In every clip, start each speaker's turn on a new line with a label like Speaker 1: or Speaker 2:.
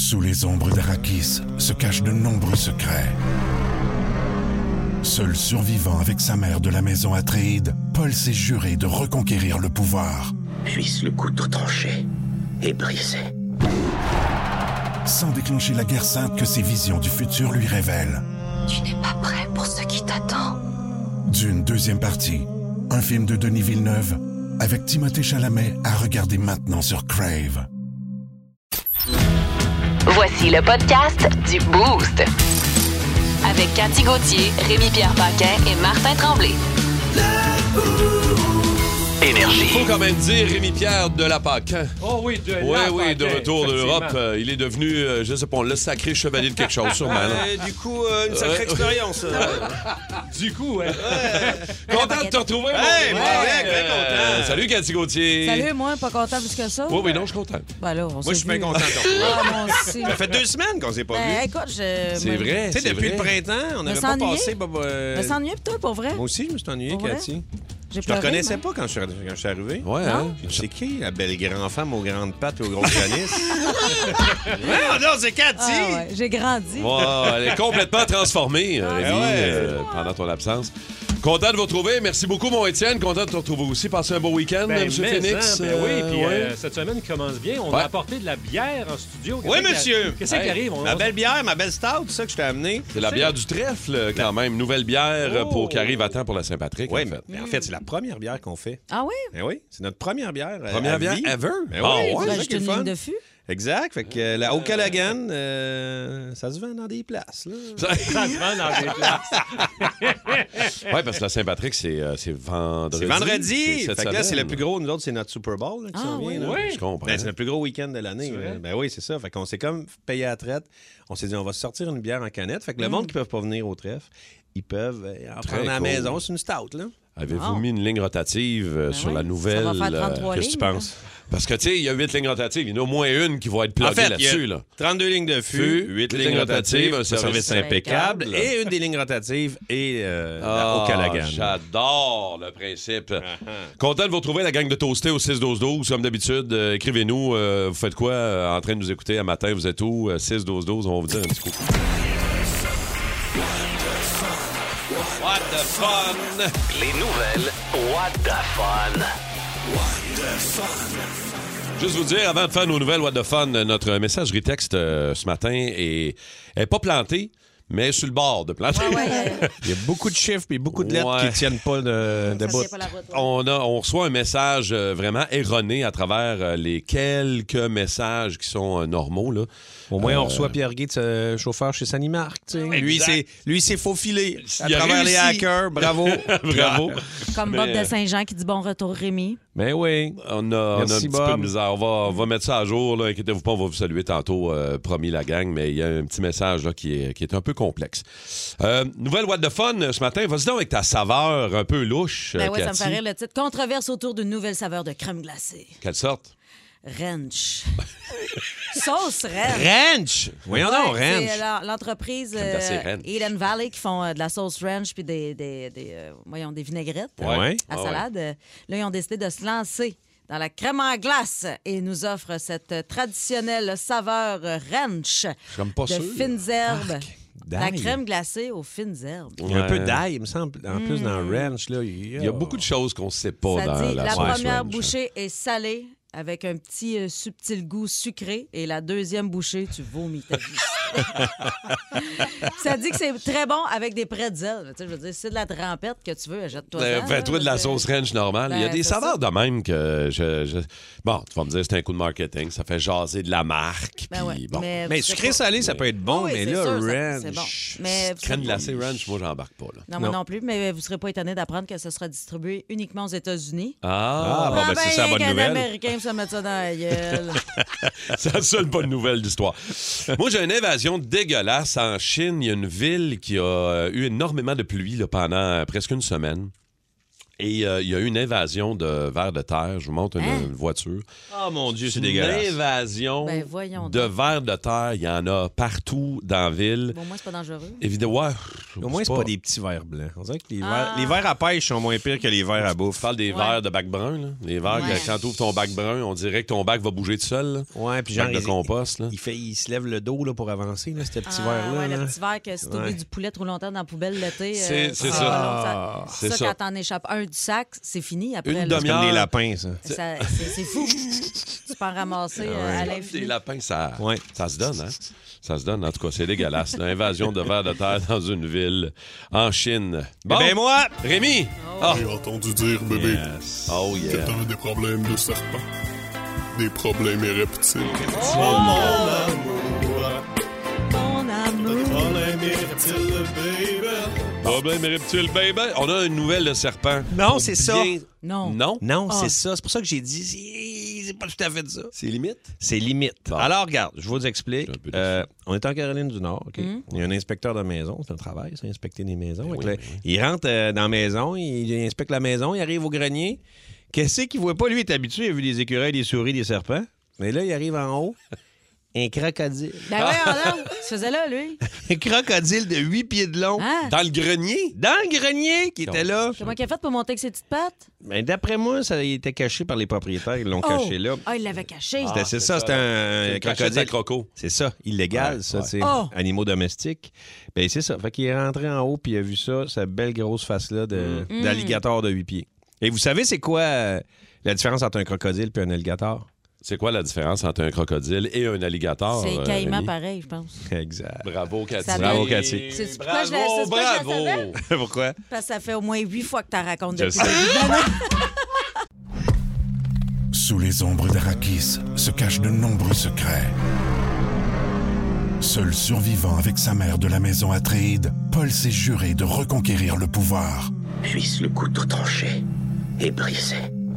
Speaker 1: Sous les ombres d'Arrakis se cachent de nombreux secrets. Seul survivant avec sa mère de la maison Atréide, Paul s'est juré de reconquérir le pouvoir.
Speaker 2: Puisse le couteau tranché et brisé.
Speaker 1: Sans déclencher la guerre sainte que ses visions du futur lui révèlent.
Speaker 3: Tu n'es pas prêt pour ce qui t'attend.
Speaker 1: Dune, deuxième partie. Un film de Denis Villeneuve avec Timothée Chalamet à regarder maintenant sur Crave.
Speaker 4: Voici le podcast du Boost. Avec Cathy Gauthier, Rémi-Pierre Paquin et Martin Tremblay.
Speaker 5: Énergie.
Speaker 6: Il faut quand même dire Rémi-Pierre de la Paquin.
Speaker 7: Oh oui, de
Speaker 6: de retour de l'Europe. Il est devenu, je sais pas, le sacré chevalier de quelque chose, sûrement.
Speaker 5: Du coup, une sacrée expérience.
Speaker 7: Du coup, ouais.
Speaker 6: Content de te retrouver,
Speaker 5: Hey,
Speaker 6: mon
Speaker 5: très content.
Speaker 6: Salut, Cathy Gauthier.
Speaker 8: Salut, moi, pas content plus que ça.
Speaker 6: Oui, non, je suis content.
Speaker 8: Ben là,
Speaker 5: Moi, je suis bien content.
Speaker 8: Moi aussi.
Speaker 5: Ça fait 2 semaines qu'on s'est pas vu.
Speaker 8: Écoute,
Speaker 6: C'est vrai,
Speaker 5: Tu sais, depuis le printemps, on n'avait pas passé...
Speaker 8: Je me sens ennuyé, toi, pour vrai.
Speaker 5: Moi aussi, je me suis ennuyé,
Speaker 8: Pour vrai?
Speaker 5: Cathy.
Speaker 8: J'ai
Speaker 5: Je te
Speaker 8: pleuré,
Speaker 5: reconnaissais
Speaker 8: moi.
Speaker 5: pas quand je suis arrivé.
Speaker 6: Ouais, hein?
Speaker 5: C'est qui, la belle grande femme aux grandes pattes et aux grosses canisses? Non, c'est Cathy!
Speaker 8: Ah ouais, j'ai grandi.
Speaker 6: Wow, elle est complètement transformée, Rémi, pendant ton absence. Content de vous retrouver. Merci beaucoup, mon Étienne. Content de te retrouver aussi. Passez un beau week-end, M. Phoenix.
Speaker 7: Oui, puis
Speaker 6: ouais.
Speaker 7: cette semaine commence bien. On a apporté de la bière en studio.
Speaker 5: Oui, monsieur.
Speaker 7: Qu'est-ce qui arrive?
Speaker 5: Ma belle bière, ma belle stout, c'est ça que je t'ai amené.
Speaker 6: C'est la bière du trèfle, quand même. Nouvelle bière qui arrive à temps pour la Saint-Patrick.
Speaker 5: Oui,
Speaker 6: en fait.
Speaker 5: mais en fait, c'est la première bière qu'on fait.
Speaker 8: Ah oui?
Speaker 5: Ben oui, c'est notre première bière.
Speaker 6: Première bière
Speaker 5: vie.
Speaker 6: ever?
Speaker 5: Ben
Speaker 6: Ah
Speaker 5: oui,
Speaker 6: ouais?
Speaker 5: c'est ça
Speaker 8: J'ai
Speaker 5: qui est
Speaker 8: une
Speaker 5: le fun.
Speaker 8: ligne de fût.
Speaker 5: Exact. Fait que la Okanagan, ça se vend dans des places. Là.
Speaker 7: Ça se vend dans des places.
Speaker 6: Oui, parce que la Saint-Patrick, c'est vendredi.
Speaker 5: C'est vendredi.
Speaker 6: cette
Speaker 5: Fait que là, c'est
Speaker 6: semaine.
Speaker 5: le plus gros. Nous autres, c'est notre Super Bowl là, qui s'en vient. Là.
Speaker 7: Oui.
Speaker 6: Je comprends.
Speaker 5: Ben, c'est le plus gros week-end de l'année.
Speaker 7: C'est vrai?
Speaker 5: Ben oui, c'est ça. Fait qu'on s'est comme payé à la traite. On s'est dit, on va se sortir une bière en canette. Fait que le monde qui ne peut pas venir au trèfle, ils peuvent en
Speaker 6: Très
Speaker 5: prendre à la
Speaker 6: cool.
Speaker 5: maison. C'est une stout, là.
Speaker 6: Avez-vous mis une ligne rotative sur
Speaker 8: oui.
Speaker 6: la nouvelle?
Speaker 8: Ça va faire 33
Speaker 6: Qu'est-ce que tu
Speaker 8: lignes,
Speaker 6: penses? Parce que, tu sais, il y a 8 lignes rotatives. Il y en a au moins une qui va être
Speaker 5: En
Speaker 6: pluguée
Speaker 5: fait,
Speaker 6: là-dessus.
Speaker 5: il y a
Speaker 6: Là.
Speaker 5: 32 lignes de fût, 8 lignes rotatives, un service impeccable
Speaker 6: impeccable.
Speaker 5: et une des lignes rotatives et la Okanagan.
Speaker 6: J'adore le principe. Content de vous retrouver, la gang de Toasté au 6-12-12. Comme d'habitude, écrivez-nous. Vous faites quoi en train de nous écouter un matin? Vous êtes où? 6-12-12, on va vous dire un petit coup. What the fun!
Speaker 2: Les nouvelles What the Fun.
Speaker 6: Juste vous dire, avant de faire nos nouvelles What the Fun, notre messagerie texte ce matin est pas planté, mais sur le bord de planter.
Speaker 5: Il y a beaucoup de chiffres et beaucoup de lettres
Speaker 6: Ouais.
Speaker 5: qui tiennent pas de
Speaker 8: Ça
Speaker 5: bout.
Speaker 8: tient pas la route, ouais.
Speaker 6: On reçoit un message vraiment erroné à travers les quelques messages qui sont normaux. Là.
Speaker 5: Au moins, on reçoit Pierre Gates, chauffeur chez Sanimark. tu sais. Lui, c'est faufilé à
Speaker 6: Il a
Speaker 5: travers
Speaker 6: réussi.
Speaker 5: les hackers. Bravo.
Speaker 6: Bravo.
Speaker 8: Comme
Speaker 6: Mais,
Speaker 8: Bob de Saint-Jean qui dit bon retour, Rémi.
Speaker 5: Mais oui.
Speaker 6: On a
Speaker 5: Merci,
Speaker 6: un petit
Speaker 5: Bob.
Speaker 6: peu de misère. On va mettre ça à jour. Là. Inquiétez-vous pas, on va vous saluer tantôt, promis la gang, mais il y a un petit message là, qui est un peu complexe. Nouvelle What the Fun ce matin. Vas-y donc avec ta saveur un peu louche,
Speaker 8: Ben ouais, ça me
Speaker 6: Cathy.
Speaker 8: fait rire le titre. Controverse autour d'une nouvelle saveur de crème glacée.
Speaker 6: Quelle sorte?
Speaker 8: Ranch. Sauce ranch.
Speaker 5: Ranch. Voyons donc,
Speaker 8: Ouais,
Speaker 5: ranch.
Speaker 8: c'est l'entreprise
Speaker 6: Crème glacée ranch.
Speaker 8: Eden Valley qui font de la sauce ranch puis des vinaigrettes
Speaker 5: Ouais.
Speaker 8: à
Speaker 6: Ah
Speaker 8: salade. Là, ils ont décidé de se lancer dans la crème en glace et nous offrent cette traditionnelle saveur ranch
Speaker 6: Je suis comme pas
Speaker 8: de
Speaker 6: sûr.
Speaker 8: fines herbes. La
Speaker 5: D'ail.
Speaker 8: crème glacée aux fines herbes.
Speaker 5: Il y a un peu
Speaker 6: Ouais.
Speaker 5: d'ail, il me semble. En plus, dans le ranch, là,
Speaker 6: Il y a beaucoup de choses qu'on ne sait pas
Speaker 8: Ça
Speaker 6: dans
Speaker 8: dit,
Speaker 6: la
Speaker 8: la
Speaker 6: sauce
Speaker 8: première
Speaker 6: ranch.
Speaker 8: bouchée est salée avec un petit subtil goût sucré et la deuxième bouchée, tu vomis ta vie. Ça dit que c'est très bon avec des pretzels. Tu sais, je veux dire, si c'est de la trempette que tu veux, jette-toi dedans,
Speaker 6: Fais-toi
Speaker 8: là,
Speaker 6: de la
Speaker 8: parce que-
Speaker 6: sauce ranch normale. Il y a
Speaker 8: Ben,
Speaker 6: des
Speaker 8: c'est
Speaker 6: saveurs
Speaker 8: ça.
Speaker 6: de même que Bon, tu vas me dire c'est un coup de marketing. Ça fait jaser de la marque.
Speaker 8: Ben ouais,
Speaker 6: puis bon.
Speaker 5: Mais
Speaker 8: c'est
Speaker 5: sucré-salé, ça peut être bon,
Speaker 8: Oui,
Speaker 5: mais
Speaker 8: c'est
Speaker 5: là,
Speaker 8: sûr,
Speaker 5: ranch...
Speaker 8: c'est bon. Mais vous
Speaker 6: Crème
Speaker 8: serez
Speaker 6: glacée ranch, moi, j'embarque pas. Là.
Speaker 8: Non, moi
Speaker 5: Non.
Speaker 8: non plus, mais vous ne serez pas étonné d'apprendre que ce sera distribué uniquement aux États-Unis.
Speaker 5: Ah, bon, ben, c'est ça la bonne
Speaker 8: qu'un
Speaker 5: nouvelle.
Speaker 8: Américain se met ça dans la gueule.
Speaker 6: C'est la seule bonne nouvelle d'histoire. Moi, j'ai une invasion dégueulasse. En Chine, il y a une ville qui a eu énormément de pluie là, pendant presque une semaine. Et il y a eu une invasion de vers de terre. Je vous montre une voiture.
Speaker 5: Oh mon Dieu, c'est
Speaker 6: Une
Speaker 5: dégueulasse.
Speaker 6: invasion
Speaker 8: Ben, voyons
Speaker 6: de
Speaker 8: donc.
Speaker 6: vers de terre. Il y en a partout dans la ville.
Speaker 8: Bon, au moins, c'est pas dangereux.
Speaker 6: Évidemment, ouais,
Speaker 5: Au moins, c'est pas des petits verres blancs. On dirait que
Speaker 8: Ah.
Speaker 5: les verres à pêche sont moins pires que les verres à
Speaker 6: Tu
Speaker 5: bouffe.
Speaker 6: parles des
Speaker 8: Ouais.
Speaker 6: verres de bac brun, là. Les verres,
Speaker 8: Ouais.
Speaker 6: quand tu ouvres ton bac brun, on dirait que ton bac va bouger tout seul. Là.
Speaker 5: Ouais, puis genre,
Speaker 6: Bac de compost, là.
Speaker 5: il se lève le dos là, pour avancer, là, ce petit verre-là.
Speaker 8: Ouais,
Speaker 5: là.
Speaker 8: le petit verre que si tu oublies
Speaker 5: Ouais.
Speaker 8: du poulet trop longtemps dans la poubelle l'été.
Speaker 6: C'est
Speaker 8: pas
Speaker 6: ça.
Speaker 8: long.
Speaker 6: C'est ça.
Speaker 8: Quand t'en échappes un du sac, c'est fini après.
Speaker 6: Une
Speaker 8: là.
Speaker 5: C'est comme
Speaker 6: demi-heure.
Speaker 5: des lapins, ça.
Speaker 8: C'est fou. Tu peux en ramasser à
Speaker 6: Des
Speaker 8: l'infini.
Speaker 6: lapins, ça
Speaker 5: Ouais.
Speaker 6: se donne, hein? Ça se donne. En tout cas, c'est dégueulasse. L'invasion de vers de terre dans une ville en Chine.
Speaker 5: Eh ben moi,
Speaker 6: Rémi! Ah.
Speaker 9: J'ai entendu dire, bébé,
Speaker 5: Yes.
Speaker 6: Oh
Speaker 9: que
Speaker 6: yeah.
Speaker 9: t'avais des problèmes de serpent. Des problèmes reptiles.
Speaker 8: Mon amour.
Speaker 6: Problème reptile, baby. On a une nouvelle de serpent.
Speaker 5: Non,
Speaker 6: Pour
Speaker 5: c'est ça.
Speaker 8: Non.
Speaker 6: Non?
Speaker 5: Non,
Speaker 8: Ah.
Speaker 5: c'est ça. C'est pour ça que j'ai dit, c'est pas tout à fait ça.
Speaker 6: C'est limite?
Speaker 5: C'est limite.
Speaker 6: Bon.
Speaker 5: Alors, regarde, je vous explique.
Speaker 6: Je suis un peu déçu.
Speaker 5: On est en Caroline du Nord, OK? Il y a un inspecteur de maison. C'est un travail, ça, inspecter des maisons.
Speaker 6: Ben
Speaker 5: Fait
Speaker 6: oui,
Speaker 5: que là,
Speaker 6: ben oui.
Speaker 5: il rentre dans la maison, il inspecte la maison, il arrive au grenier. Qu'est-ce qu'il voit pas? Lui, il est habitué, il a vu des écureuils, des souris, des serpents. Mais là, il arrive en haut. Un crocodile.
Speaker 8: Ben ouais, non. Tu faisais là, lui.
Speaker 5: Un crocodile de 8 pieds de long.
Speaker 8: Hein?
Speaker 6: Dans le grenier?
Speaker 5: Dans le grenier qui était là.
Speaker 8: Comment qu'il a fait pour monter avec ses petites pattes?
Speaker 5: Ben, d'après moi, ça il était caché par les propriétaires. Ils l'ont caché là.
Speaker 8: Ah, il l'avait caché.
Speaker 5: C'est ça, c'était un
Speaker 6: Cachette
Speaker 5: crocodile.
Speaker 6: à croco.
Speaker 5: C'est ça, illégal,
Speaker 6: Ouais,
Speaker 5: ça,
Speaker 6: ouais.
Speaker 5: c'est
Speaker 8: Oh!
Speaker 5: animaux domestiques. Ben c'est ça. Fait qu'il est rentré en haut puis il a vu ça, sa belle grosse face-là d'alligator de 8 pieds. Et vous savez, c'est quoi la différence entre un crocodile et un alligator?
Speaker 6: C'est quoi la différence entre un crocodile et un alligator?
Speaker 8: C'est caïman
Speaker 6: Rémi?
Speaker 8: pareil, je pense.
Speaker 5: Exact.
Speaker 6: Bravo, Cathy.
Speaker 8: Ça
Speaker 5: Bravo, Cathy.
Speaker 8: C'est pourquoi je la- c'est pourquoi je la savais?
Speaker 5: Pourquoi?
Speaker 8: Parce que ça fait au moins 8 fois que tu racontes
Speaker 5: Je
Speaker 8: depuis
Speaker 5: sais.
Speaker 8: le début de l'année.
Speaker 1: Sous les ombres d'Arakis se cachent de nombreux secrets. Seul survivant avec sa mère de la maison Atréide, Paul s'est juré de reconquérir le pouvoir.
Speaker 2: Puisse le couteau tranché et brisé.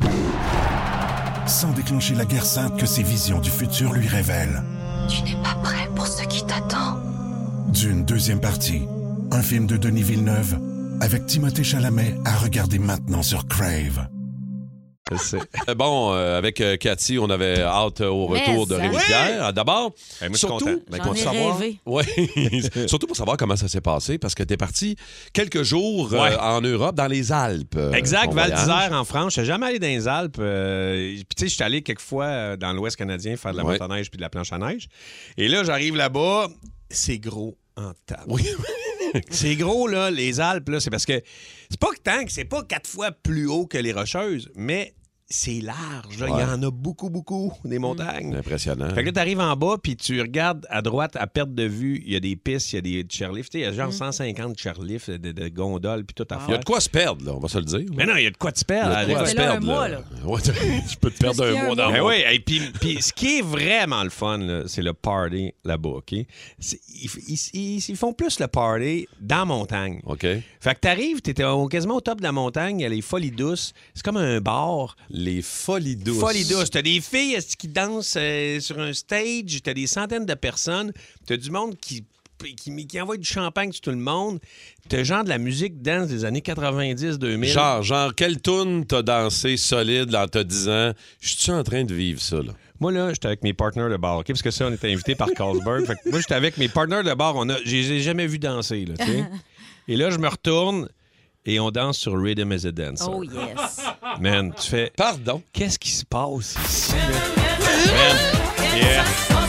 Speaker 1: Sans déclencher la guerre sainte que ses visions du futur lui révèlent.
Speaker 3: Tu n'es pas prêt pour ce qui t'attend.
Speaker 1: D'une deuxième partie, un film de Denis Villeneuve avec Timothée Chalamet à regarder maintenant sur Crave.
Speaker 6: Bon, avec Cathy, on avait hâte au retour de
Speaker 8: Mais
Speaker 6: Rémi
Speaker 8: ça.
Speaker 6: Pierre. D'abord,
Speaker 5: moi, je suis
Speaker 6: surtout,
Speaker 5: content.
Speaker 8: J'en
Speaker 6: pour
Speaker 8: ai
Speaker 6: savoir,
Speaker 8: rêvé.
Speaker 6: ouais, surtout pour savoir comment ça s'est passé, parce que tu es parti quelques jours
Speaker 5: Ouais.
Speaker 6: en Europe, dans les Alpes.
Speaker 5: Exact,
Speaker 6: ton
Speaker 5: Val
Speaker 6: voyage.
Speaker 5: d'Isère en France. Je suis jamais allé dans les Alpes. Puis tu sais, je suis allé quelques fois dans l'Ouest canadien faire de la
Speaker 6: Ouais.
Speaker 5: motoneige puis de la planche à neige. Et là, j'arrive là-bas, c'est gros en table.
Speaker 6: Oui.
Speaker 5: C'est gros, là, les Alpes, là, c'est parce que c'est pas que tant que c'est pas 4 fois plus haut que les Rocheuses, mais c'est large. Là. Il y
Speaker 6: Ouais.
Speaker 5: en a beaucoup, des montagnes.
Speaker 6: Impressionnant.
Speaker 5: Fait que là, t'arrives en bas, puis tu regardes à droite, à perte de vue, il y a des pistes, il y a des chairlifts. Tu sais, il y a genre 150 chairlifts, de gondoles, puis tout à
Speaker 6: Il y
Speaker 5: faire.
Speaker 6: a de quoi se perdre, là, on va se le dire.
Speaker 5: Mais non, il y a de quoi tu perds.
Speaker 6: Il y a de quoi
Speaker 8: Restez
Speaker 6: se
Speaker 8: là un
Speaker 6: perdre,
Speaker 8: mois, là.
Speaker 6: Ouais, tu peux te perdre
Speaker 8: Juste
Speaker 6: un mois
Speaker 8: un
Speaker 6: dans
Speaker 8: mois.
Speaker 6: le
Speaker 5: Ben
Speaker 6: mois.
Speaker 5: oui, et puis ce qui est vraiment le fun, là, c'est le party là-bas, OK? Ils font plus le party dans la montagne.
Speaker 6: OK.
Speaker 5: Fait que t'arrives, t'étais quasiment au top de la montagne, il y a les Folies douces. C'est comme un bar.
Speaker 6: Les folies douces.
Speaker 5: Folies douces. T'as des filles qui dansent sur un stage, t'as des centaines de personnes, t'as du monde qui envoie du champagne sur tout le monde. T'as genre de la musique dance des années 90-2000.
Speaker 6: Genre, quelle toune t'as dansé solide en te disant « Je suis en train de vivre ça, là? »
Speaker 5: Moi, là, j'étais avec mes partners de bar, OK? Parce que ça, on était invités par Carlsberg. Fait que moi, j'étais avec mes partners de bar. Je les ai jamais vus danser, là, tu sais. Et là, je me retourne et on danse sur Rhythm is a Dancer.
Speaker 8: Oh yes.
Speaker 5: Man, tu fais...
Speaker 6: Pardon?
Speaker 5: Qu'est-ce qui se passe ici, là? Man, yeah.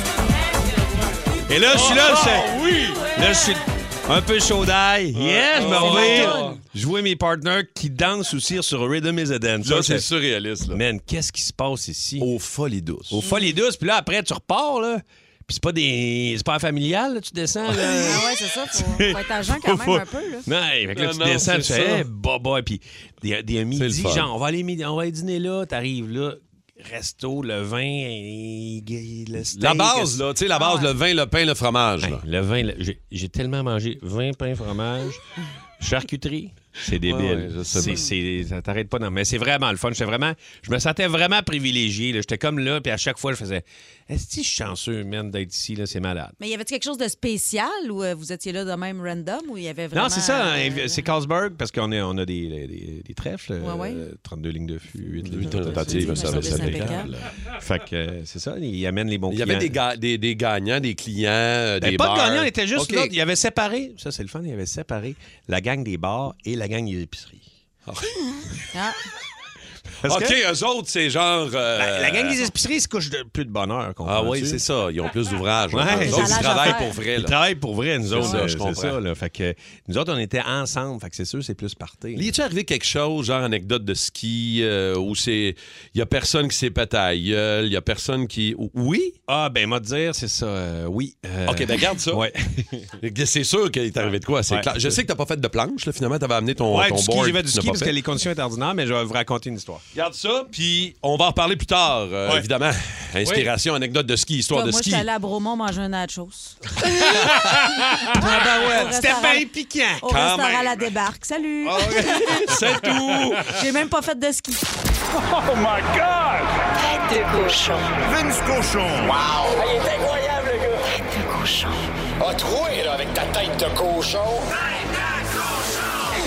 Speaker 5: Et là, je suis là, Là, je suis un peu chaud d'ail. Yeah, je me reviens. Je vois mes partners qui dansent aussi sur Rhythm is a Dancer.
Speaker 6: Ça, c'est surréaliste, là.
Speaker 5: Man, qu'est-ce qui se passe ici?
Speaker 6: Aux folies douces.
Speaker 5: Aux Folies douces. Puis là, après, tu repars, là. Puis c'est pas familial, là, tu descends, là.
Speaker 8: Ah ouais, c'est ça. Faut être agent quand même un peu, là.
Speaker 5: Non, fait que là,
Speaker 6: Non,
Speaker 5: tu
Speaker 6: non,
Speaker 5: descends, tu
Speaker 6: c'est
Speaker 5: fais,
Speaker 6: ça.
Speaker 5: hey, baba. Puis des midi,
Speaker 6: le fun.
Speaker 5: genre, on va aller dîner là, t'arrives là, resto, le vin, le steak.
Speaker 6: La base, là, tu sais, la base, le vin, le pain, le fromage,
Speaker 5: Hey,
Speaker 6: là.
Speaker 5: le vin, j'ai tellement mangé vin, pain, fromage, charcuterie.
Speaker 10: C'est débile.
Speaker 6: Ouais,
Speaker 10: ça t'arrête pas. Non, mais c'est vraiment le fun. Je me sentais vraiment privilégié. Là. J'étais comme là, puis à chaque fois, je faisais est-ce que je suis chanceux, man, d'être ici? Là, c'est malade.
Speaker 8: Mais y avait-il quelque chose de spécial ou vous étiez là de même random ou il y avait vraiment...
Speaker 10: Non, c'est ça. C'est Carlsberg parce qu'on a des trèfles. 32 lignes de fût, 8
Speaker 6: tentatives, ça va être impeccable.
Speaker 10: Fait que c'est ça. Il amène les bons clients.
Speaker 6: Il y avait des gagnants, des clients, des
Speaker 10: pas
Speaker 6: bars.
Speaker 10: de gagnants, on était juste là. Il avait séparé, ça c'est le fun, il avait séparé la gang des bars et la gang des épiceries.
Speaker 6: OK, eux autres, c'est genre...
Speaker 10: La gang des épiceries se couche plus de bonne heure.
Speaker 6: Oui, c'est ça. Ils ont plus d'ouvrages.
Speaker 10: Ouais,
Speaker 6: Eux autres, ils travaillent pour vrai.
Speaker 10: Ils travaillent pour vrai, nous autres.
Speaker 6: Ça, je comprends.
Speaker 10: C'est ça, là. Fait que nous autres, on était ensemble. Fait que c'est sûr, c'est plus party.
Speaker 6: Y est-tu arrivé quelque chose, genre anecdote de ski, où c'est... Il y a personne qui s'est pété à la gueule, il y a personne qui... Oui?
Speaker 10: Ah, ben, moi, te dire, c'est ça. Oui.
Speaker 6: OK, ben garde ça.
Speaker 10: Ouais.
Speaker 6: C'est sûr qu'il est arrivé de quoi? C'est clair. Je sais que t'as pas fait de planche, là. Finalement, t'avais amené ton
Speaker 10: du ski,
Speaker 6: board.
Speaker 10: j'ai fait du ski parce que les conditions étaient ordinaires, mais je vais vous raconter une histoire.
Speaker 6: Garde ça, puis on va en reparler plus tard, évidemment. Inspiration, anecdote de ski, histoire de
Speaker 8: moi,
Speaker 6: ski.
Speaker 8: Moi, j'étais allée à Bromont manger un nachos.
Speaker 10: C'était bien piquant.
Speaker 8: Au restaurant La Débarque. Salut!
Speaker 6: C'est tout!
Speaker 8: J'ai même pas fait de ski.
Speaker 7: Oh my God!
Speaker 3: Tête de cochon.
Speaker 9: Vince Cochon.
Speaker 2: Wow! Il est incroyable, le gars!
Speaker 3: Tête de cochon.
Speaker 2: A troué, là, avec ta tête de cochon. Tête de cochon!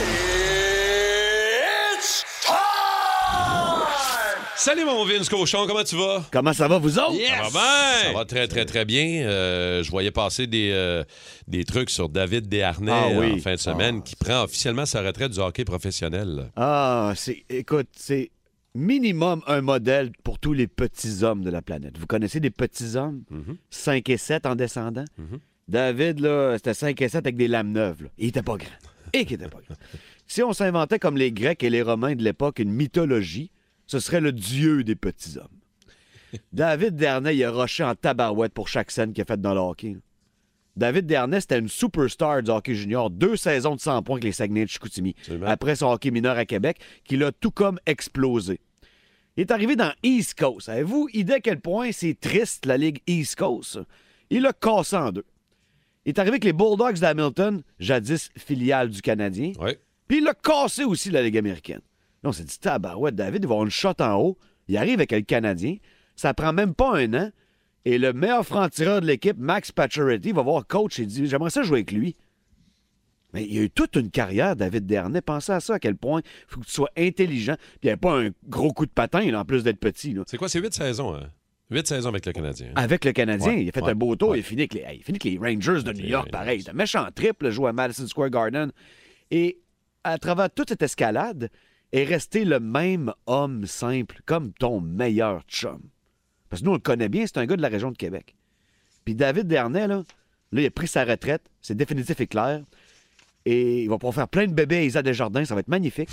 Speaker 2: It's time!
Speaker 6: Salut, mon Vince Cochon, comment tu vas?
Speaker 11: Comment ça va, vous autres?
Speaker 6: Yes! Ça va bien! Ça va très, très, très bien. Je voyais passer des trucs sur David Desharnais en fin de semaine qui prend officiellement sa retraite du hockey professionnel.
Speaker 11: Écoute, c'est minimum un modèle pour tous les petits hommes de la planète. Vous connaissez des petits hommes? 5 et 7 en descendant? David, là, c'était 5 et 7 avec des lames neuves. Là. Il était pas grand. Et qu'il était pas grand. Si on s'inventait comme les Grecs et les Romains de l'époque une mythologie, ce serait le dieu des petits hommes. David Desharnais, il a rushé en tabarouette pour chaque scène qu'il a faite dans le hockey. Là. David Desharnais, c'était une superstar du hockey junior. 2 saisons de 100 points avec les Saguenay de Chicoutimi. Après son hockey mineur à Québec, qu'il a tout comme explosé. Il est arrivé dans East Coast. Avez-vous idée à quel point c'est triste, la Ligue East Coast? Il l'a cassé en deux. Il est arrivé avec les Bulldogs d'Hamilton, jadis filiale du Canadien.
Speaker 6: Oui.
Speaker 11: Puis il l'a cassé aussi, la Ligue américaine. Là, on s'est dit, tabarouette, David, il va avoir une shot en haut. Il arrive avec le Canadien. Ça prend même pas un an. Et le meilleur franc-tireur de l'équipe, Max Pacioretty, va voir coach et dit, j'aimerais ça jouer avec lui. Mais il y a eu toute une carrière, David Desharnais. Pensez à ça, à quel point il faut que tu sois intelligent. Puis il n'y avait pas un gros coup de patin, là, en plus d'être petit. Là.
Speaker 6: C'est quoi, c'est 8 saisons, hein? 8 saisons avec le Canadien.
Speaker 11: Avec le Canadien. Il a fait un beau tour. Il finit avec les Rangers de New York, pareil. C'est un méchant triple, joué à Madison Square Garden. Et à travers toute cette escalade, est resté le même homme simple, comme ton meilleur chum. Parce que nous, on le connaît bien, c'est un gars de la région de Québec. Puis David Desharnais, là, il a pris sa retraite, c'est définitif et clair. Et il va pouvoir faire plein de bébés à Isa Desjardins, ça va être magnifique.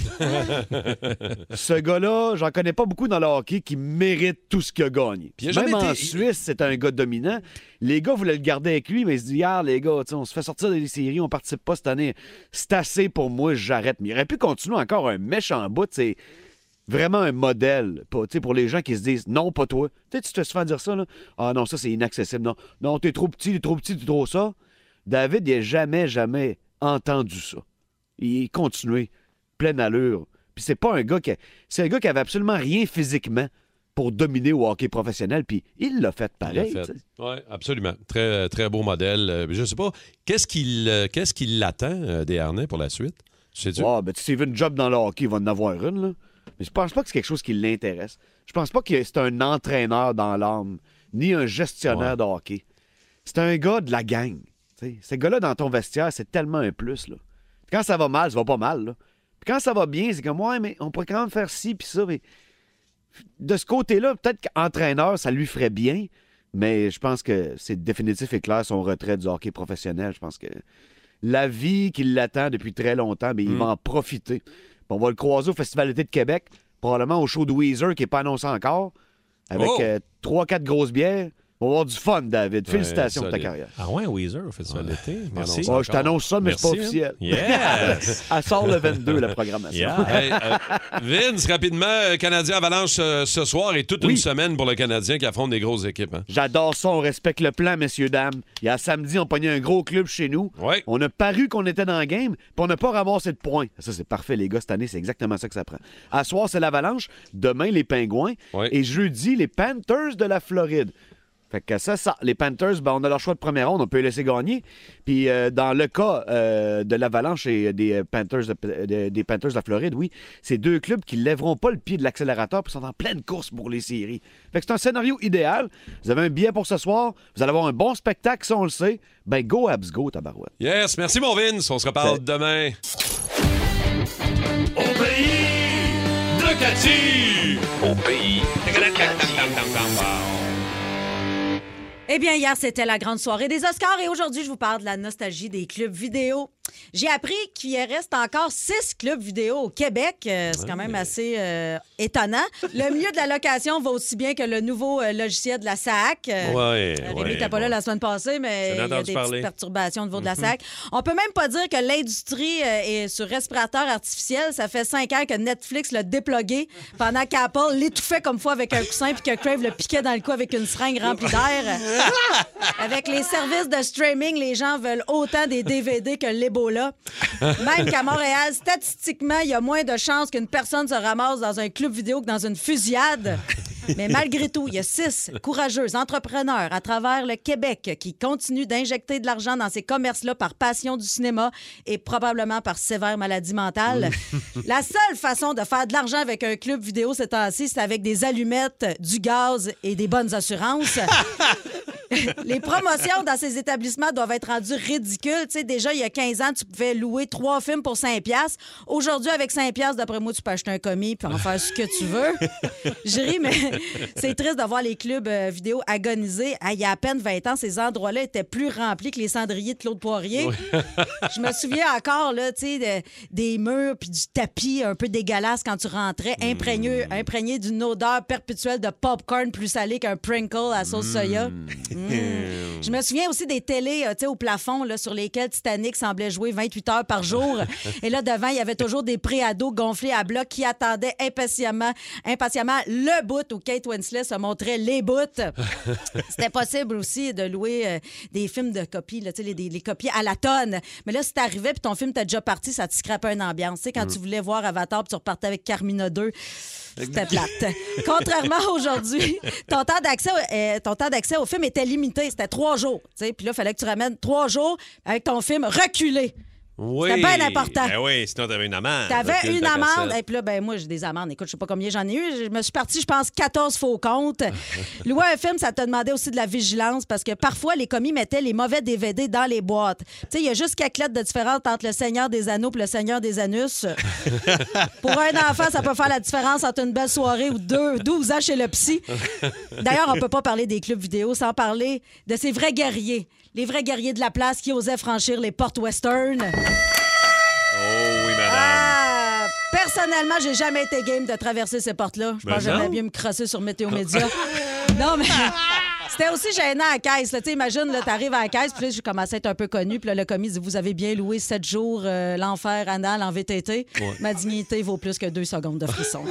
Speaker 11: Ce gars-là, j'en connais pas beaucoup dans le hockey qui mérite tout ce qu'il a gagné. Même en Suisse, c'est un gars dominant. Les gars voulaient le garder avec lui, mais ils se disent, hier, les gars, on se fait sortir des séries, on participe pas cette année. C'est assez pour moi, j'arrête. Mais il aurait pu continuer encore un méchant bout. C'est vraiment un modèle pour les gens qui se disent, non, pas toi. Tu te fais dire ça, là. Ah non, ça, c'est inaccessible. Non, t'es trop petit, t'es trop ça. David, il n'a jamais entendu ça. Il continuait, pleine allure. Puis c'est pas un gars c'est un gars qui avait absolument rien physiquement pour dominer au hockey professionnel, puis il l'a fait pareil.
Speaker 6: Oui, absolument. Très, très beau modèle. Je sais pas, qu'est-ce qui l'attend, Desharnais, pour la suite? Sais-tu?
Speaker 11: S'il veut une job dans le hockey, il va en avoir une, là. Mais je pense pas que c'est quelque chose qui l'intéresse. Je pense pas que c'est un entraîneur dans l'âme, ni un gestionnaire de hockey. C'est un gars de la gang. T'sais. Ces gars-là, dans ton vestiaire, c'est tellement un plus. Là. Quand ça va mal, ça va pas mal. Là. Puis quand ça va bien, c'est comme, ouais, mais on pourrait quand même faire ci puis ça. Mais de ce côté-là, peut-être qu'entraîneur, ça lui ferait bien, mais je pense que c'est définitif et clair son retrait du hockey professionnel. Je pense que la vie qui l'attend depuis très longtemps, mais il va en profiter. Puis on va le croiser au Festival d'été de Québec, probablement au show de Weezer qui n'est pas annoncé encore, avec 3-4 grosses bières. On va avoir du fun, David. Félicitations pour ta carrière.
Speaker 10: Ah ouais, Weezer, on fait ça l'été. Merci.
Speaker 11: Je t'annonce ça, mais c'est pas officiel.
Speaker 10: Yes!
Speaker 11: Elle sort le 22, la programmation.
Speaker 6: Yeah. Hey, Vince, rapidement, Canadien Avalanche ce soir et toute une semaine pour le Canadien qui affronte des grosses équipes. Hein.
Speaker 11: J'adore ça. On respecte le plan, messieurs, dames. Il y a samedi, on pognait un gros club chez nous.
Speaker 6: Ouais.
Speaker 11: On a paru qu'on était dans le game, puis on n'a pas ramassé de points. Ça, c'est parfait, les gars. Cette année, c'est exactement ça que ça prend. À soir, c'est l'Avalanche. Demain, les Pingouins.
Speaker 6: Ouais.
Speaker 11: Et jeudi, les Panthers de la Floride. Fait que ça, les Panthers, on a leur choix de première ronde, on peut les laisser gagner. Puis dans le cas de l'Avalanche et des Panthers de la Floride, oui, c'est deux clubs qui ne lèveront pas le pied de l'accélérateur puis sont en pleine course pour les séries. Fait que c'est un scénario idéal. Vous avez un billet pour ce soir, vous allez avoir un bon spectacle, ça on le sait. Ben go Habs, go tabarouette.
Speaker 6: Yes, merci mon Vince, on se reparle demain.
Speaker 2: Au pays de Cathy. Au pays de Cathy.
Speaker 8: Eh bien, hier, c'était la grande soirée des Oscars et aujourd'hui, je vous parle de la nostalgie des clubs vidéo. J'ai appris qu'il reste encore 6 clubs vidéo au Québec. C'est quand même assez étonnant. Le milieu de la location va aussi bien que le nouveau logiciel de la SAC. Rémi n'était pas là la semaine passée, mais il y a des petites perturbations au niveau de la SAC. On peut même pas dire que l'industrie est sur respirateur artificiel. Ça fait 5 ans que Netflix l'a déplogué pendant qu'Apple l'étouffait comme fois avec un coussin puis que Crave le piquait dans le cou avec une seringue remplie d'air. Avec les services de streaming, les gens veulent autant des DVD que l'Ebola. Même qu'à Montréal, statistiquement, il y a moins de chances qu'une personne se ramasse dans un club vidéo que dans une fusillade. Mais malgré tout, il y a 6 courageux entrepreneurs à travers le Québec qui continuent d'injecter de l'argent dans ces commerces-là par passion du cinéma et probablement par sévère maladie mentale. La seule façon de faire de l'argent avec un club vidéo ces temps-ci, c'est avec des allumettes, du gaz et des bonnes assurances. Les promotions dans ces établissements doivent être rendues ridicules. Tu sais, déjà, il y a 15 ans, tu pouvais louer 3 films pour 5$. Aujourd'hui, avec 5$, d'après moi, tu peux acheter un commis puis en faire ce que tu veux. Je ris, mais c'est triste de voir les clubs vidéo agoniser. Il y a à peine 20 ans, ces endroits-là étaient plus remplis que les cendriers de Claude Poirier. Oui. Je me souviens encore là, des murs puis du tapis un peu dégueulasse quand tu rentrais, imprégné d'une odeur perpétuelle de popcorn plus salé qu'un Pringle à sauce soya. Je me souviens aussi des télés au plafond là, sur lesquelles Titanic semblait jouer 28 heures par jour. Et là, devant, il y avait toujours des préados gonflés à bloc qui attendaient impatiemment le bout où Kate Winslet se montrait les bouts. C'était possible aussi de louer des films de copies, là, les copies à la tonne. Mais là, si t'arrivais puis ton film était déjà parti, ça te scrapait une ambiance. Tu sais, quand tu voulais voir Avatar puis tu repartais avec Carmina 2, c'était plate. Contrairement à aujourd'hui, ton temps d'accès au film était limité. C'était 3 jours. Puis là, il fallait que tu ramènes 3 jours avec ton film reculé.
Speaker 10: Oui.
Speaker 8: C'était bien important.
Speaker 10: Ben oui, sinon t'avais une amende.
Speaker 8: T'avais une amende. Et puis là, moi, j'ai des amendes. Écoute, je sais pas combien j'en ai eu. Je me suis partie, je pense, 14 faux comptes. Louer un film, ça te demandait aussi de la vigilance parce que parfois, les commis mettaient les mauvais DVD dans les boîtes. Tu sais, il y a juste quelques lettres de différence entre le Seigneur des Anneaux et le Seigneur des Anus. Pour un enfant, ça peut faire la différence entre une belle soirée ou 12 ans chez le psy. D'ailleurs, on peut pas parler des clubs vidéo sans parler de ces vrais guerriers. Les vrais guerriers de la place qui osaient franchir les portes western.
Speaker 10: Oh oui, madame.
Speaker 8: Personnellement, j'ai jamais été game de traverser ces portes-là. Je pense que j'aimerais bien me crosser sur Météo Média. Non, mais c'était aussi gênant à la caisse. Là. Imagine, t'arrives à la caisse, puis là, je commençais à être un peu connu, puis là, le commis dit, vous avez bien loué 7 jours l'enfer anal en VTT. Ouais. Ma dignité vaut plus que 2 secondes de frisson.